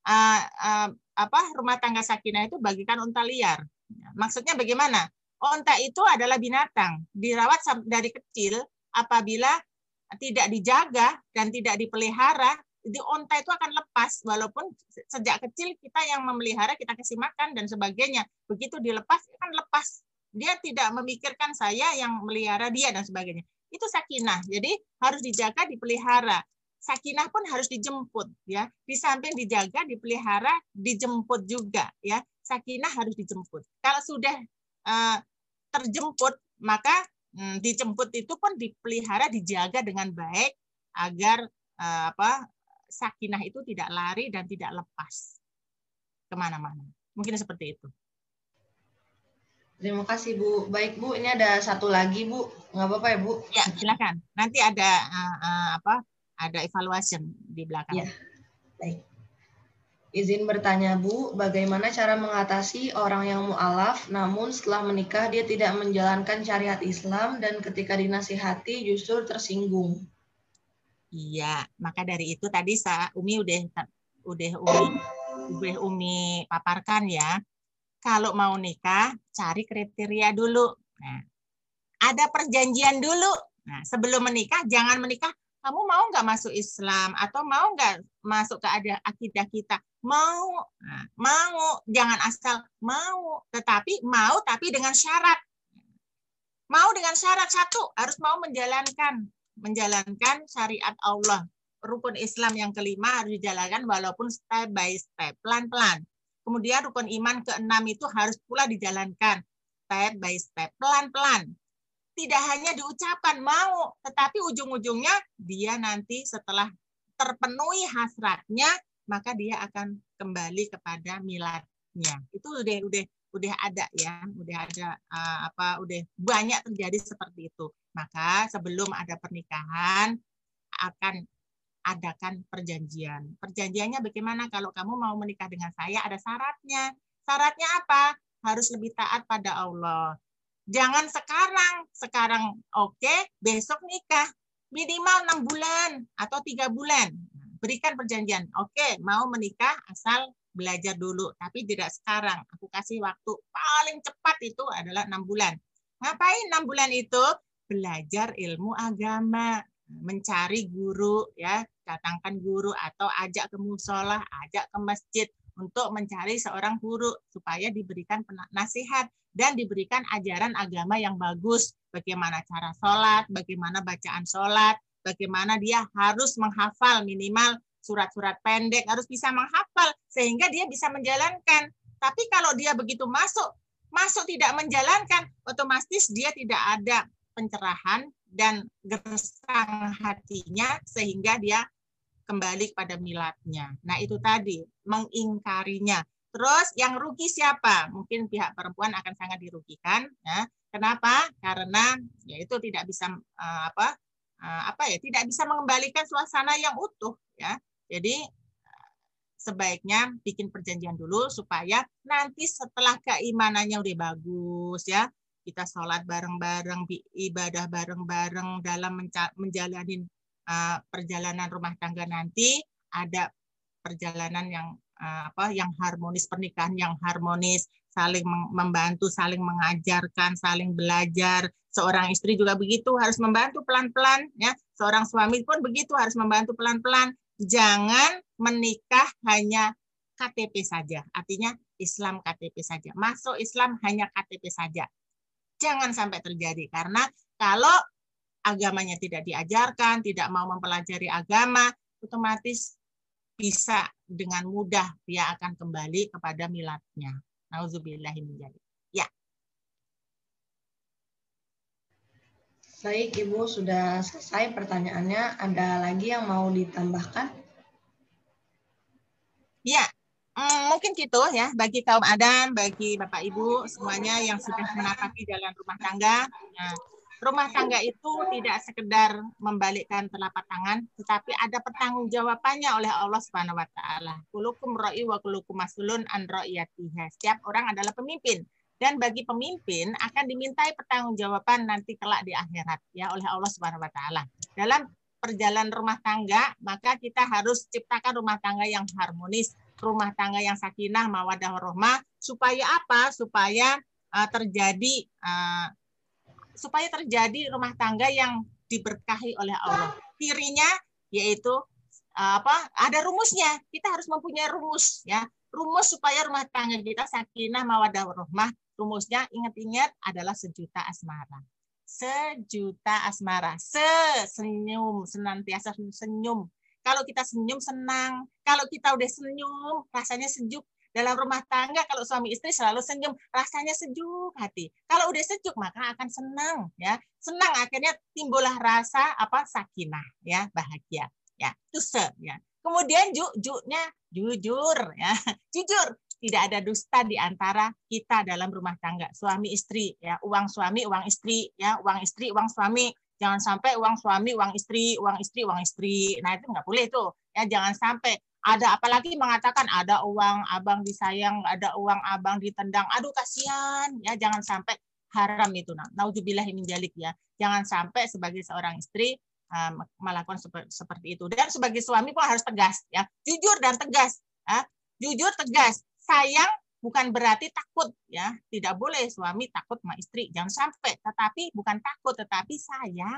rumah tangga sakinah itu bagikan unta liar. Maksudnya bagaimana? Unta itu adalah binatang, dirawat dari kecil. Apabila tidak dijaga dan tidak dipelihara, di unta itu akan lepas. Walaupun sejak kecil kita yang memelihara, kita kasih makan dan sebagainya. Begitu dilepas, akan lepas. Dia tidak memikirkan saya yang melihara dia dan sebagainya. Itu sakinah. Jadi harus dijaga, dipelihara. Sakinah pun harus dijemput, ya. Di samping dijaga, dipelihara, dijemput juga, ya. Sakinah harus dijemput. Kalau sudah terjemput, maka dijemput itu pun dipelihara, dijaga dengan baik agar sakinah itu tidak lari dan tidak lepas kemana-mana. Mungkin seperti itu. Terima kasih Bu. Baik Bu, ini ada satu lagi Bu, nggak apa-apa ya Bu? Ya silakan. Nanti ada ada evaluation di belakang. Ya, baik. Izin bertanya Bu, bagaimana cara mengatasi orang yang mu'alaf namun setelah menikah dia tidak menjalankan syariat Islam dan ketika dinasihati justru tersinggung? Iya, maka dari itu tadi Umi Umi paparkan ya. Kalau mau nikah, cari kriteria dulu. Nah, ada perjanjian dulu. Nah, sebelum menikah, jangan menikah kamu mau nggak masuk Islam atau mau nggak masuk ke akidah kita? Mau, nah, mau, jangan asal mau, tetapi mau tapi dengan syarat. Mau dengan syarat satu, harus mau menjalankan syariat Allah. Rukun Islam yang kelima harus dijalankan walaupun step by step, pelan-pelan. Kemudian rukun iman keenam itu harus pula dijalankan step by step, pelan-pelan. Tidak hanya diucapkan mau, tetapi ujung-ujungnya dia nanti setelah terpenuhi hasratnya, maka dia akan kembali kepada miladnya. Itu udah ada ya, udah ada udah banyak terjadi seperti itu. Maka sebelum ada pernikahan akan adakan perjanjian. Perjanjiannya bagaimana? Kalau kamu mau menikah dengan saya ada syaratnya. Syaratnya apa? Harus lebih taat pada Allah. Jangan sekarang oke, besok nikah. Minimal 6 bulan atau 3 bulan. Berikan perjanjian. Oke, mau menikah asal belajar dulu, tapi tidak sekarang. Aku kasih waktu paling cepat itu adalah 6 bulan. Ngapain 6 bulan itu? Belajar ilmu agama, mencari guru, ya, datangkan guru atau ajak ke musola, ajak ke masjid untuk mencari seorang guru supaya diberikan nasihat dan diberikan ajaran agama yang bagus. Bagaimana cara sholat, bagaimana bacaan sholat, bagaimana dia harus menghafal minimal surat-surat pendek, harus bisa menghafal sehingga dia bisa menjalankan. Tapi kalau dia begitu masuk tidak menjalankan, otomatis dia tidak ada pencerahan dan gersang hatinya sehingga dia kembali kepada miladnya. Nah, itu tadi mengingkarinya. Terus yang rugi siapa? Mungkin pihak perempuan akan sangat dirugikan, ya. Kenapa? Karena ya itu tidak bisa tidak bisa mengembalikan suasana yang utuh, ya. Jadi sebaiknya bikin perjanjian dulu supaya nanti setelah keimanannya udah bagus, ya, kita sholat bareng-bareng, ibadah bareng-bareng dalam menjalani perjalanan rumah tangga nanti, ada perjalanan yang harmonis, pernikahan yang harmonis, saling membantu, saling mengajarkan, saling belajar. Seorang istri juga begitu, harus membantu pelan-pelan, ya. Seorang suami pun begitu, harus membantu pelan-pelan. Jangan menikah hanya KTP saja, artinya Islam KTP saja. Masuk Islam hanya KTP saja. Jangan sampai terjadi, karena kalau agamanya tidak diajarkan, tidak mau mempelajari agama, otomatis bisa dengan mudah dia akan kembali kepada miladnya. Nauzubillahi min dzalik. Ya. Baik, Ibu, sudah selesai pertanyaannya. Ada lagi yang mau ditambahkan? Ya, mungkin gitu ya, bagi kaum Adam, bagi Bapak Ibu, semuanya yang sudah menapaki jalan rumah tangga. Nah, rumah tangga itu tidak sekedar membalikkan telapak tangan, tetapi ada pertanggungjawabannya oleh Allah Subhanahu wa taala. Kulukum ra'i wa kulukum mas'ulun an ra'iyatiha. Setiap orang adalah pemimpin. Dan bagi pemimpin akan dimintai pertanggungjawaban nanti kelak di akhirat ya oleh Allah Subhanahu wa taala. Dalam perjalanan rumah tangga, maka kita harus ciptakan rumah tangga yang harmonis, rumah tangga yang sakinah, mawaddah warahmah, supaya apa? Supaya terjadi rumah tangga yang diberkahi oleh Allah. Cirinya yaitu ada rumusnya. Kita harus mempunyai rumus, ya. Rumus supaya rumah tangga kita sakinah, mawaddah warahmah. Rumusnya ingat-ingat adalah sejuta asmara. Sejuta asmara. Senyum, senantiasa senyum. Kalau kita senyum senang, kalau kita udah senyum rasanya sejuk. Dalam rumah tangga kalau suami istri selalu senyum, rasanya sejuk hati. Kalau udah sejuk maka akan senang, ya. Senang akhirnya timbullah rasa sakinah, ya, bahagia. Ya, itu ya. Kemudian ju-nya jujur, ya. Jujur. Tidak ada dusta di antara kita dalam rumah tangga, suami istri, ya, uang suami, uang istri, ya, uang istri, uang suami. Jangan sampai uang suami, uang istri, uang istri, uang istri. Nah, itu nggak boleh tuh. Ya, jangan sampai ada apalagi mengatakan ada uang abang disayang, ada uang abang ditendang. Aduh, kasihan, ya, jangan sampai haram itu. Nah, nauzubillahi min dzalik, ya. Jangan sampai sebagai seorang istri melakukan seperti itu. Dan sebagai suami pun harus tegas, ya. Jujur dan tegas, ya. Jujur, tegas. Sayang bukan berarti takut, ya. Tidak boleh suami takut sama istri, jangan sampai. Tetapi bukan takut, tetapi sayang,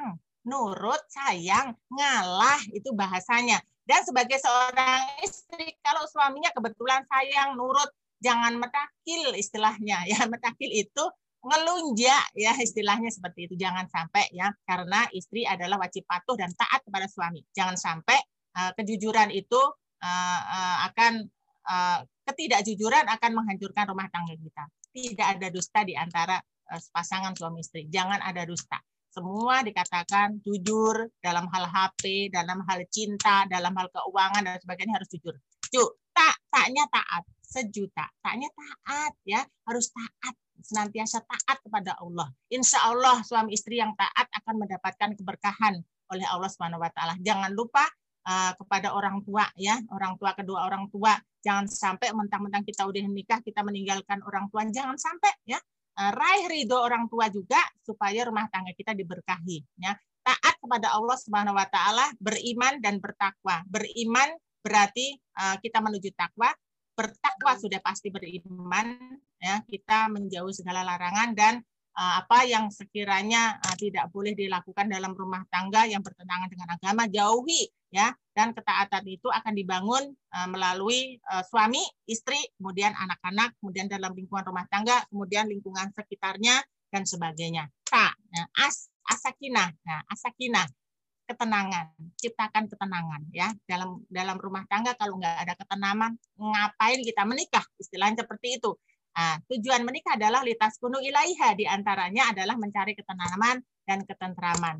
nurut, sayang, ngalah, itu bahasanya. Dan sebagai seorang istri, kalau suaminya kebetulan sayang, nurut, jangan metakil istilahnya. Ya, metakil itu ngelunjak, ya istilahnya seperti itu. Jangan sampai, ya, karena istri adalah wajib patuh dan taat kepada suami. Jangan sampai kejujuran itu akan ketidakjujuran akan menghancurkan rumah tangga kita. Tidak ada dusta di antara pasangan suami istri. Jangan ada dusta. Semua dikatakan jujur dalam hal HP, dalam hal cinta, dalam hal keuangan dan sebagainya harus jujur. Taknya taat, sejuta. Taknya taat, ya, harus taat, senantiasa taat kepada Allah. Insya Allah suami istri yang taat akan mendapatkan keberkahan oleh Allah Subhanahu Wa Taala. Jangan lupa kepada orang tua, ya, orang tua, kedua orang tua. Jangan sampai mentang-mentang kita udah nikah kita meninggalkan orang tua. Jangan sampai, ya. Raih ridho orang tua juga supaya rumah tangga kita diberkahi, ya. Taat kepada Allah Subhanahu Wa Taala, beriman dan bertakwa. Beriman berarti kita menuju takwa. Bertakwa sudah pasti beriman, ya, kita menjauh segala larangan dan apa yang sekiranya tidak boleh dilakukan dalam rumah tangga yang bertentangan dengan agama, jauhi, ya. Dan ketaatan itu akan dibangun melalui suami, istri, kemudian anak-anak, kemudian dalam lingkungan rumah tangga, kemudian lingkungan sekitarnya dan sebagainya. Asakinah. Nah, asakinah, ketenangan, ciptakan ketenangan, ya, dalam rumah tangga. Kalau nggak ada ketenangan, ngapain kita menikah? Istilahnya seperti itu. Nah, tujuan menikah adalah litaskunu ilaiha, diantaranya adalah mencari ketenangan dan ketentraman.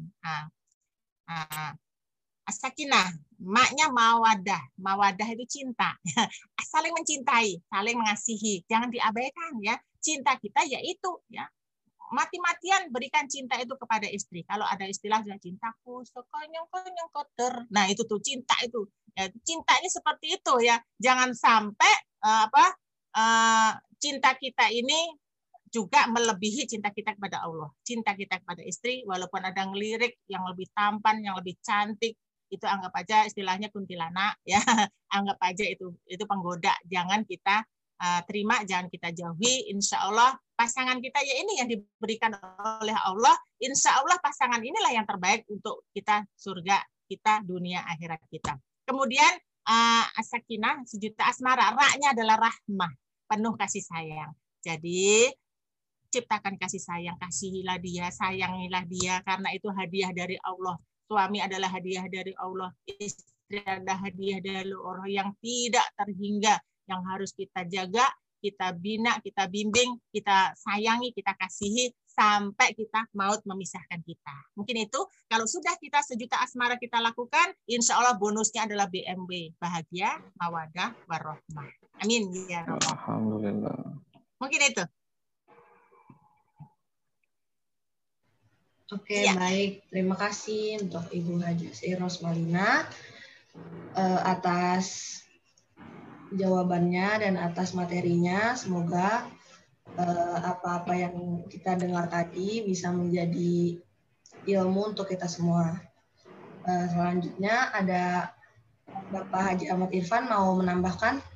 As-sakinah, maknya mawadah. Mawadah itu cinta. Saling mencintai, saling mengasihi. Jangan diabaikan, ya. Cinta kita yaitu, ya, mati-matian berikan cinta itu kepada istri. Kalau ada istilah cintaku sekonyong-konyong kotor. Nah, itu tuh cinta itu. Ya, cinta ini seperti itu, ya. Jangan sampai cinta kita ini juga melebihi cinta kita kepada Allah. Cinta kita kepada istri, walaupun ada ngelirik yang lebih tampan, yang lebih cantik, itu anggap aja istilahnya kuntilanak, ya. Anggap aja itu penggoda. Jangan kita terima, jangan kita jauhi. Insya Allah pasangan kita ya ini yang diberikan oleh Allah. Insya Allah pasangan inilah yang terbaik untuk kita, surga kita, dunia akhirat kita. Kemudian as-sakinah, sejuta asmara. Ra-nya adalah rahmah, penuh kasih sayang. Jadi ciptakan kasih sayang, kasihilah dia, sayangilah dia, karena itu hadiah dari Allah. Suami adalah hadiah dari Allah, istri adalah hadiah dari Allah yang tidak terhingga, yang harus kita jaga, kita bina, kita bimbing, kita sayangi, kita kasihi, sampai kita maut memisahkan kita. Mungkin itu, kalau sudah kita sejuta asmara kita lakukan, insya Allah bonusnya adalah BMW, bahagia, mawadah, warahmah. Amin. Ya Rabbal. Alhamdulillah. Mungkin itu. Oke, ya. Baik. Terima kasih untuk Ibu Hajah Rosmalina atas jawabannya dan atas materinya. Semoga apa-apa yang kita dengar tadi bisa menjadi ilmu untuk kita semua. Selanjutnya ada Bapak Haji Ahmad Irfan mau menambahkan?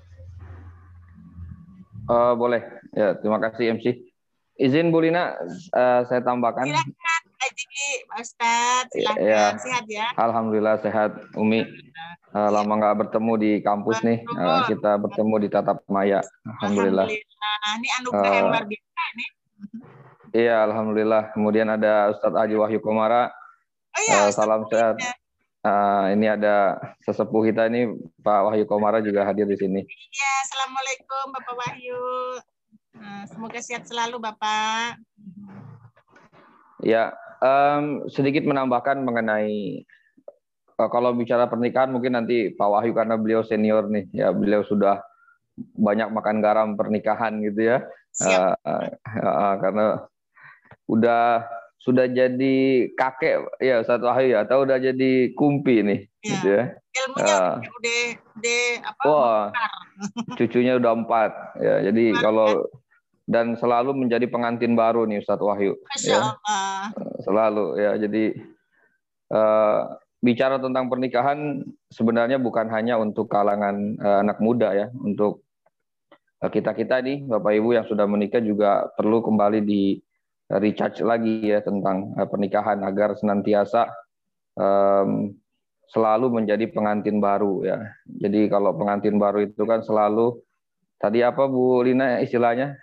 Boleh. Ya, terima kasih MC. Izin Bu Lina, saya tambahkan. Silakan Haji, Pak Ustadz, silakan. Ya, Sehat ya? Alhamdulillah sehat, Umi. Lama nggak bertemu di kampus nih. Kita bertemu di tatap maya. Alhamdulillah. Ini anugerah yang luar biasa ini. Iya, alhamdulillah. Kemudian ada Ustadz Haji Wahyu Komara. Oh iya, salam sehat. Ini ada sesepuh kita ini, Pak Wahyu Komara juga hadir di sini. Iya, assalamualaikum Bapak Wahyu. Semoga sehat selalu Bapak. Ya, sedikit menambahkan mengenai kalau bicara pernikahan mungkin nanti Pak Wahyu karena beliau senior nih, ya beliau sudah banyak makan garam pernikahan gitu ya. Karena sudah jadi kakek ya Ustaz Wahyu ya, atau udah jadi kumpi nih, ya. Gitu ya. Ilmunya udah apa? Wah, cucunya udah 4 ya. Jadi kalau dan selalu menjadi pengantin baru nih Ustaz Wahyu. Masya Allah. Selalu ya. Jadi bicara tentang pernikahan sebenarnya bukan hanya untuk kalangan anak muda ya, untuk kita nih Bapak Ibu yang sudah menikah juga perlu kembali di recharge lagi ya tentang pernikahan agar senantiasa selalu menjadi pengantin baru ya. Jadi kalau pengantin baru itu kan selalu, tadi apa Bu Lina istilahnya?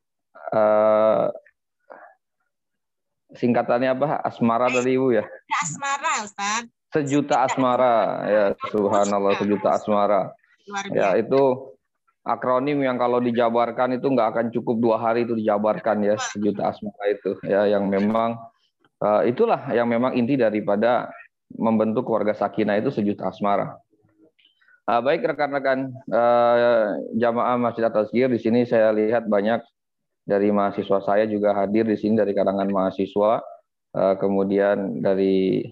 Singkatannya apa? Asmara tadi Ibu ya? Asmara, Ustaz. Sejuta asmara, ya subhanallah, sejuta asmara. Ya itu akronim yang kalau dijabarkan itu nggak akan cukup 2 hari itu dijabarkan ya, sejuta asmara itu ya, yang memang itulah yang memang inti daripada membentuk keluarga sakinah itu, sejuta asmara. Baik rekan-rekan jamaah Masjid At-Tazkir, di sini saya lihat banyak dari mahasiswa saya juga hadir di sini dari kalangan mahasiswa, kemudian dari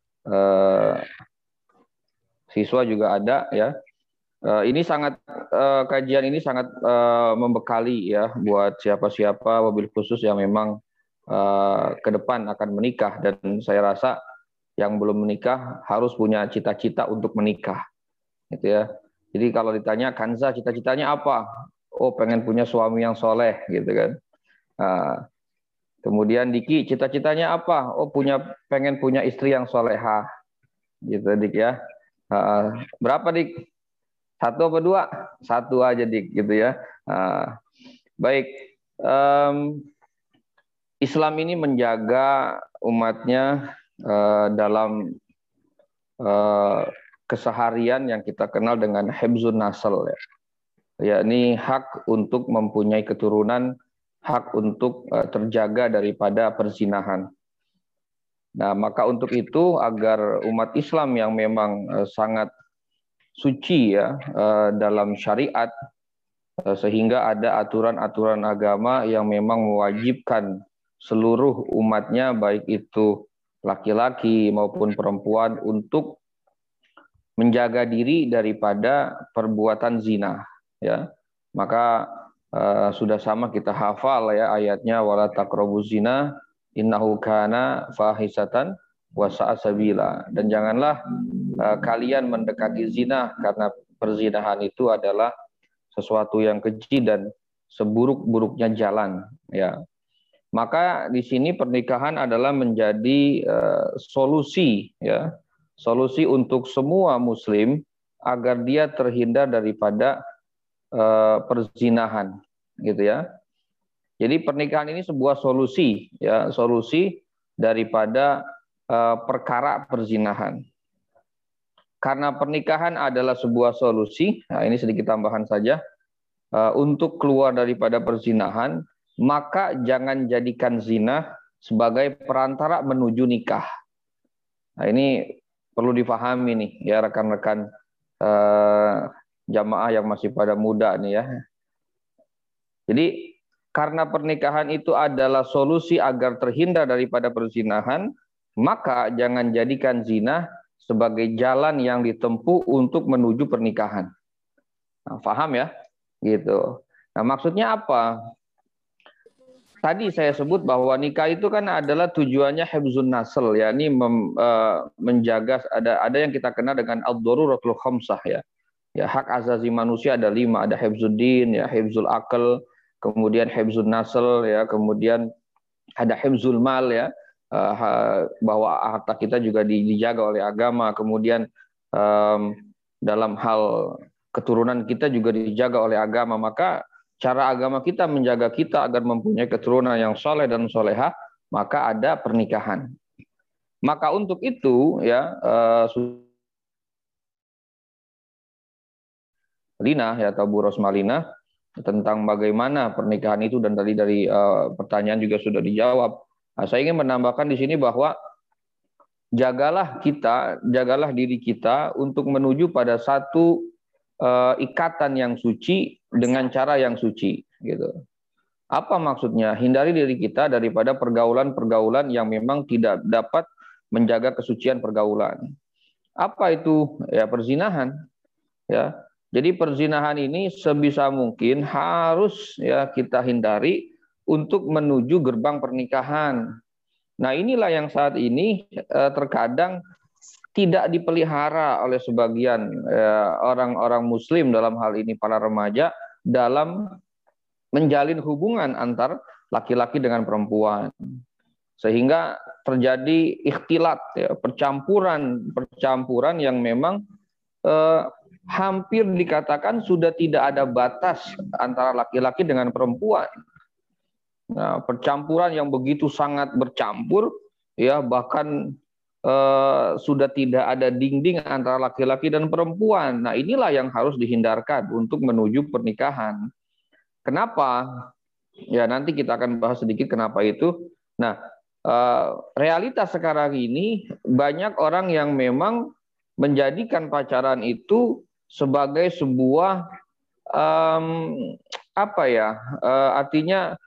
siswa juga ada ya. Ini sangat kajian ini sangat membekali ya buat siapa-siapa, wabil khusus yang memang ke depan akan menikah, dan saya rasa yang belum menikah harus punya cita-cita untuk menikah, gitu ya. Jadi kalau ditanya Kanza cita-citanya apa? Oh, pengen punya suami yang soleh, gitu kan. Kemudian Diki cita-citanya apa? Oh, pengen punya istri yang solehah, gitu Dik ya. Berapa Dik? 1 apa 2? 1 aja Dik, gitu ya. Baik, Islam ini menjaga umatnya dalam keseharian yang kita kenal dengan hifzun nasl ya. Yakni hak untuk mempunyai keturunan, hak untuk terjaga daripada perzinahan. Nah, maka untuk itu agar umat Islam yang memang sangat suci ya dalam syariat, sehingga ada aturan-aturan agama yang memang mewajibkan seluruh umatnya, baik itu laki-laki maupun perempuan, untuk menjaga diri daripada perbuatan zina ya. Maka sudah sama kita hafal ya ayatnya, wala taqrabuz zina innahu kana fahisatan wa sa'a sabila, dan janganlah kalian mendekati zina, karena perzinahan itu adalah sesuatu yang keji dan seburuk-buruknya jalan ya. Maka di sini pernikahan adalah menjadi solusi ya, solusi untuk semua muslim agar dia terhindar daripada perzinahan, gitu ya. Jadi pernikahan ini sebuah solusi ya, solusi daripada perkara perzinahan. Karena pernikahan adalah sebuah solusi, nah ini sedikit tambahan saja, untuk keluar daripada perzinahan, maka jangan jadikan zina sebagai perantara menuju nikah. Nah ini perlu difahami nih ya rekan-rekan jamaah yang masih pada muda nih ya. Jadi karena pernikahan itu adalah solusi agar terhindar daripada perzinahan, maka jangan jadikan zina sebagai jalan yang ditempuh untuk menuju pernikahan. Nah, paham ya? Gitu. Nah, maksudnya apa? Tadi saya sebut bahwa nikah itu kan adalah tujuannya hifzun nasl, yakni menjaga, ada yang kita kenal dengan ad-daruratul khamsah ya. Ya, hak azazi manusia ada 5, ada hifzuddin ya, hifzul aql, kemudian hifzun nasl ya, kemudian ada hifzul mal ya, bahwa harta kita juga dijaga oleh agama, kemudian dalam hal keturunan kita juga dijaga oleh agama. Maka cara agama kita menjaga kita agar mempunyai keturunan yang soleh dan solehah, maka ada pernikahan. Maka untuk itu ya Lina ya, atau Bu Rosmalina, tentang bagaimana pernikahan itu, dan tadi dari pertanyaan juga sudah dijawab. Nah, saya ingin menambahkan di sini bahwa jagalah diri kita untuk menuju pada satu ikatan yang suci dengan cara yang suci, gitu. Apa maksudnya? Hindari diri kita daripada pergaulan-pergaulan yang memang tidak dapat menjaga kesucian pergaulan. Apa itu? Ya perzinahan. Ya. Jadi perzinahan ini sebisa mungkin harus ya kita hindari untuk menuju gerbang pernikahan. Nah, inilah yang saat ini terkadang tidak dipelihara oleh sebagian orang-orang muslim, dalam hal ini para remaja, dalam menjalin hubungan antar laki-laki dengan perempuan. sehingga terjadi ikhtilat, ya, percampuran yang memang hampir dikatakan sudah tidak ada batas antara laki-laki dengan perempuan. Nah, percampuran yang begitu sangat bercampur, ya, bahkan sudah tidak ada dinding antara laki-laki dan perempuan. Nah, inilah yang harus dihindarkan untuk menuju pernikahan. Kenapa? Ya, nanti kita akan bahas sedikit kenapa itu. Nah, realitas sekarang ini banyak orang yang memang menjadikan pacaran itu sebagai sebuah artinya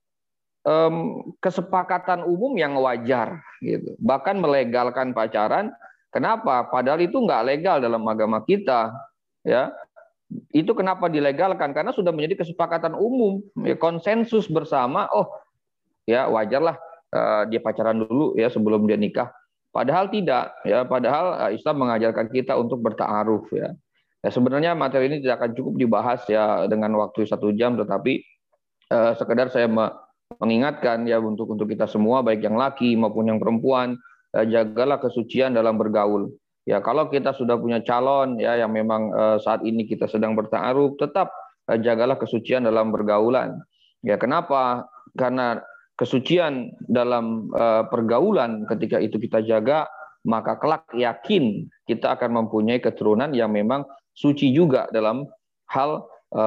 kesepakatan umum yang wajar, gitu. Bahkan melegalkan pacaran. Kenapa? Padahal itu nggak legal dalam agama kita, ya. Itu kenapa dilegalkan? Karena sudah menjadi kesepakatan umum, ya, konsensus bersama. Oh, ya wajarlah dia pacaran dulu, ya, sebelum dia nikah. Padahal tidak, ya. Padahal Islam mengajarkan kita untuk berta'aruf, ya. Ya, sebenarnya materi ini tidak akan cukup dibahas, ya, dengan waktu 1 jam, tetapi sekedar saya mengingatkan, ya, untuk kita semua, baik yang laki maupun yang perempuan, jagalah kesucian dalam bergaul. Ya, kalau kita sudah punya calon, ya, yang memang saat ini kita sedang berta'aruf, tetap jagalah kesucian dalam bergaulan. Ya, kenapa? Karena kesucian dalam pergaulan ketika itu kita jaga, maka kelak yakin kita akan mempunyai keturunan yang memang suci juga dalam hal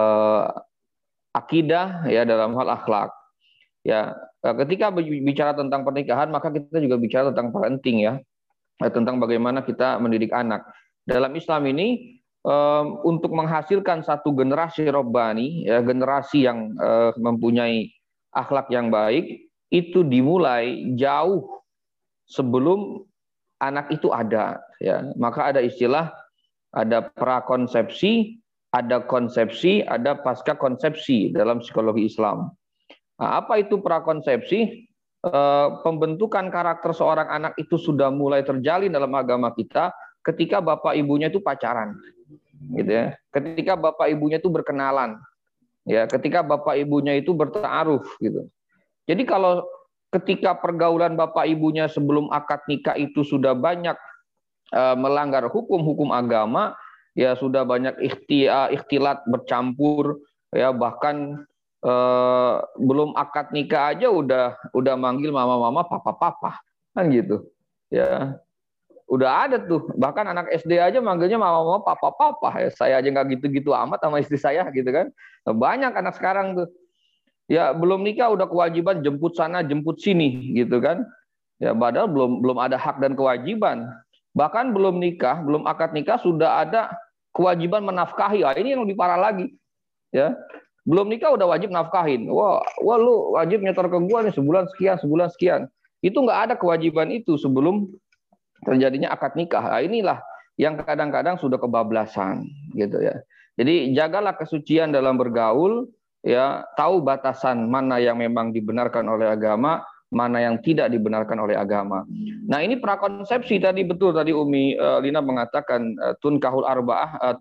akidah, ya, dalam hal akhlak. Ya, ketika bicara tentang pernikahan, maka kita juga bicara tentang parenting, ya, tentang bagaimana kita mendidik anak. Dalam Islam ini, untuk menghasilkan satu generasi robbani, ya, generasi yang mempunyai akhlak yang baik, itu dimulai jauh sebelum anak itu ada, ya. Maka ada istilah, ada prakonsepsi, ada konsepsi, ada pasca konsepsi dalam psikologi Islam. Nah, apa itu prakonsepsi? Pembentukan karakter seorang anak itu sudah mulai terjalin dalam agama kita ketika bapak ibunya itu pacaran, gitu, ya. Ketika bapak ibunya itu berkenalan, ya, ketika bapak ibunya itu berta'aruf, gitu. Jadi kalau ketika pergaulan bapak ibunya sebelum akad nikah itu sudah banyak melanggar hukum-hukum agama, ya, sudah banyak ikhtilat bercampur, ya, bahkan belum akad nikah aja udah manggil mama-mama, papa-papa, kan gitu, ya. Udah ada tuh, bahkan anak SD aja manggilnya mama-mama, papa-papa, ya. Saya aja nggak gitu-gitu amat sama istri saya, gitu kan. Banyak anak sekarang tuh, ya, belum nikah udah kewajiban jemput sana jemput sini, gitu kan, ya. Padahal belum ada hak dan kewajiban. Bahkan belum nikah, belum akad nikah sudah ada kewajiban menafkahi. Ini yang lebih parah lagi, ya. Belum nikah udah wajib nafkahin. Wah, lu wajib nyetor ke gua nih sebulan sekian. Itu nggak ada kewajiban itu sebelum terjadinya akad nikah. Nah, inilah yang kadang-kadang sudah kebablasan, gitu, ya. Jadi jagalah kesucian dalam bergaul, ya, tahu batasan mana yang memang dibenarkan oleh agama, mana yang tidak dibenarkan oleh agama. Nah, ini prakonsepsi tadi, betul tadi Umi Lina mengatakan tunkahul arba'ah,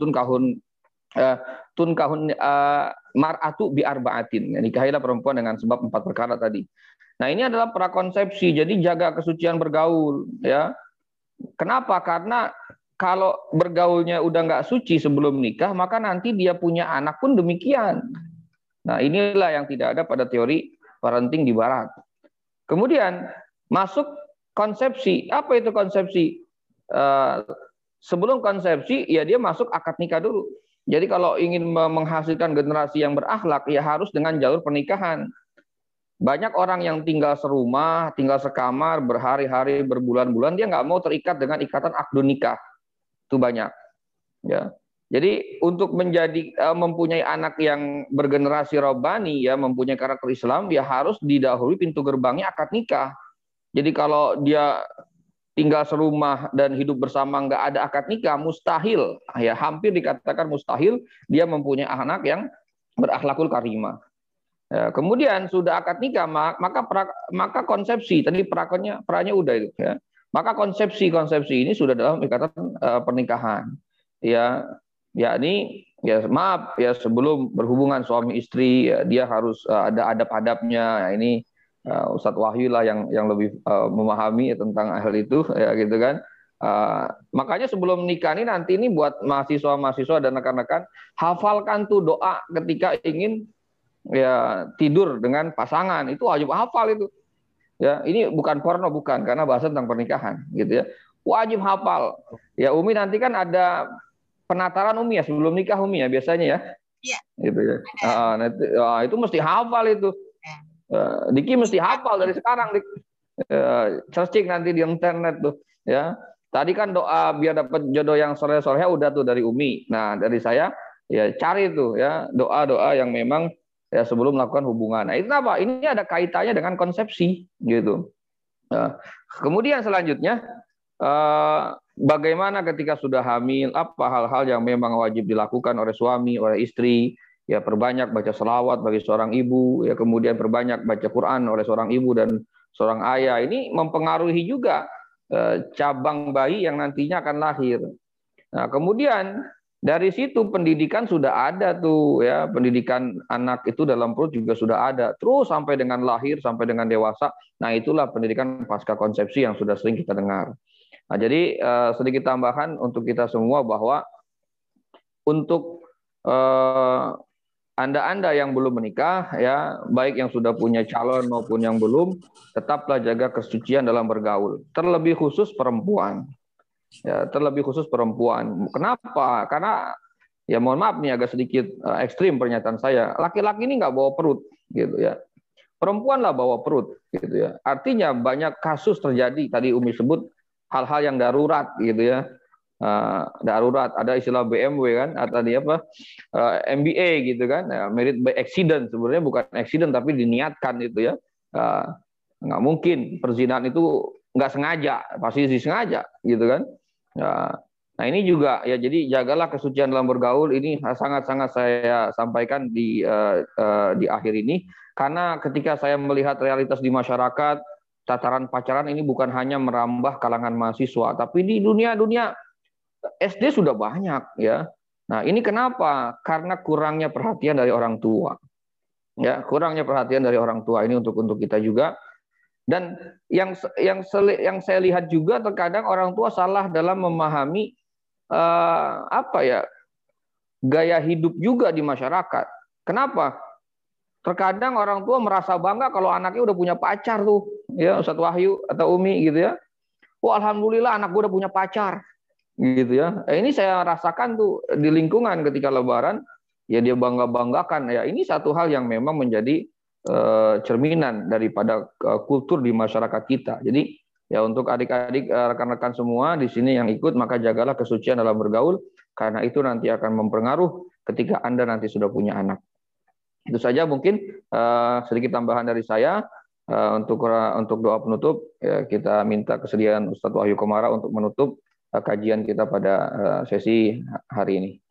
tunkahun mar'atu bi arba'atin. Nikahilah perempuan dengan sebab 4 perkara tadi. Nah, ini adalah prakonsepsi. Jadi jaga kesucian bergaul, ya. Kenapa? Karena kalau bergaulnya udah nggak suci sebelum nikah, maka nanti dia punya anak pun demikian. Nah, inilah yang tidak ada pada teori parenting di barat. Kemudian masuk konsepsi. Apa itu konsepsi? Sebelum konsepsi, ya, dia masuk akad nikah dulu. Jadi kalau ingin menghasilkan generasi yang berakhlak, ya harus dengan jalur pernikahan. Banyak orang yang tinggal serumah, tinggal sekamar, berhari-hari, berbulan-bulan, dia nggak mau terikat dengan ikatan akdu nikah. Itu banyak, ya. Jadi untuk mempunyai anak yang bergenerasi robbani, ya, mempunyai karakter Islam, ya harus didahului pintu gerbangnya akad nikah. Jadi kalau dia tinggal serumah dan hidup bersama nggak ada akad nikah, mustahil, ya, hampir dikatakan mustahil dia mempunyai anak yang berakhlakul karimah. Ya, kemudian sudah akad nikah, maka konsepsi tadi perannya udah itu, ya. Maka konsepsi ini sudah dalam ikatan pernikahan, ya. Yakni, ya, maaf, ya, sebelum berhubungan suami istri, ya, dia harus ada adab-adabnya. Ya, ini Ustadz Wahyu lah yang lebih memahami tentang hal itu ya gitu kan. Makanya sebelum nikah ini nanti ini buat mahasiswa-mahasiswa dan rekan-rekan, hafalkan tuh doa ketika ingin ya tidur dengan pasangan, itu wajib hafal itu. Ya, ini bukan porno, bukan, karena bahasa tentang pernikahan gitu ya. Wajib hafal. Ya Umi nanti kan ada penataran Umi ya sebelum nikah Umi ya biasanya ya. Iya. Gitu ya. Itu mesti hafal itu. Diki mesti hafal dari sekarang, searching nanti di internet tuh ya. Tadi kan doa biar dapat jodoh yang soleh-soleh udah tuh dari Umi. Nah dari saya ya cari tuh ya doa-doa yang memang ya sebelum melakukan hubungan. Nah itu apa? Ini ada kaitannya dengan konsepsi gitu. Kemudian selanjutnya bagaimana ketika sudah hamil, apa hal-hal yang memang wajib dilakukan oleh suami, oleh istri. Ya perbanyak baca selawat bagi seorang ibu, ya kemudian perbanyak baca Quran oleh seorang ibu dan seorang ayah. Ini mempengaruhi juga cabang bayi yang nantinya akan lahir. Nah, kemudian dari situ pendidikan sudah ada tuh ya, pendidikan anak itu dalam perut juga sudah ada. Terus sampai dengan lahir, sampai dengan dewasa. Nah, itulah pendidikan pasca konsepsi yang sudah sering kita dengar. Nah, jadi sedikit tambahan untuk kita semua bahwa untuk Anda yang belum menikah, ya baik yang sudah punya calon maupun yang belum, tetaplah jaga kesucian dalam bergaul. Terlebih khusus perempuan. Ya, terlebih khusus perempuan. Kenapa? Karena ya mohon maaf nih agak sedikit ekstrim pernyataan saya. Laki-laki ini nggak bawa perut, gitu ya. Perempuan lah bawa perut, gitu ya. Artinya banyak kasus terjadi. Tadi Umi sebut hal-hal yang darurat, gitu ya. Darurat, ada istilah BMW kan, atau tadi apa MBA gitu kan, ya, merit by accident, sebenarnya bukan accident tapi diniatkan itu ya. Nggak mungkin perzinahan itu nggak sengaja, pasti disengaja gitu kan. Nah ini juga ya, jadi jagalah kesucian dalam bergaul, ini sangat-sangat saya sampaikan di akhir ini, karena ketika saya melihat realitas di masyarakat, tataran pacaran ini bukan hanya merambah kalangan mahasiswa, tapi di dunia SD sudah banyak ya. Nah, ini kenapa? Karena kurangnya perhatian dari orang tua. Ya, kurangnya perhatian dari orang tua ini untuk kita juga. Dan yang saya lihat juga terkadang orang tua salah dalam memahami gaya hidup juga di masyarakat. Kenapa? Terkadang orang tua merasa bangga kalau anaknya udah punya pacar tuh, ya Ustadz Wahyu atau Umi gitu ya. Wah, alhamdulillah anak gue udah punya pacar. Gitu ya. Ini saya rasakan tuh di lingkungan ketika Lebaran, ya dia bangga-banggakan. Ya ini satu hal yang memang menjadi cerminan daripada kultur di masyarakat kita. Jadi ya untuk adik-adik, rekan-rekan semua di sini yang ikut, maka jagalah kesucian dalam bergaul, karena itu nanti akan mempengaruhi ketika Anda nanti sudah punya anak. Itu saja mungkin sedikit tambahan dari saya. Untuk doa penutup, ya, kita minta kesediaan Ustadz Wahyu Komara untuk menutup kajian kita pada sesi hari ini.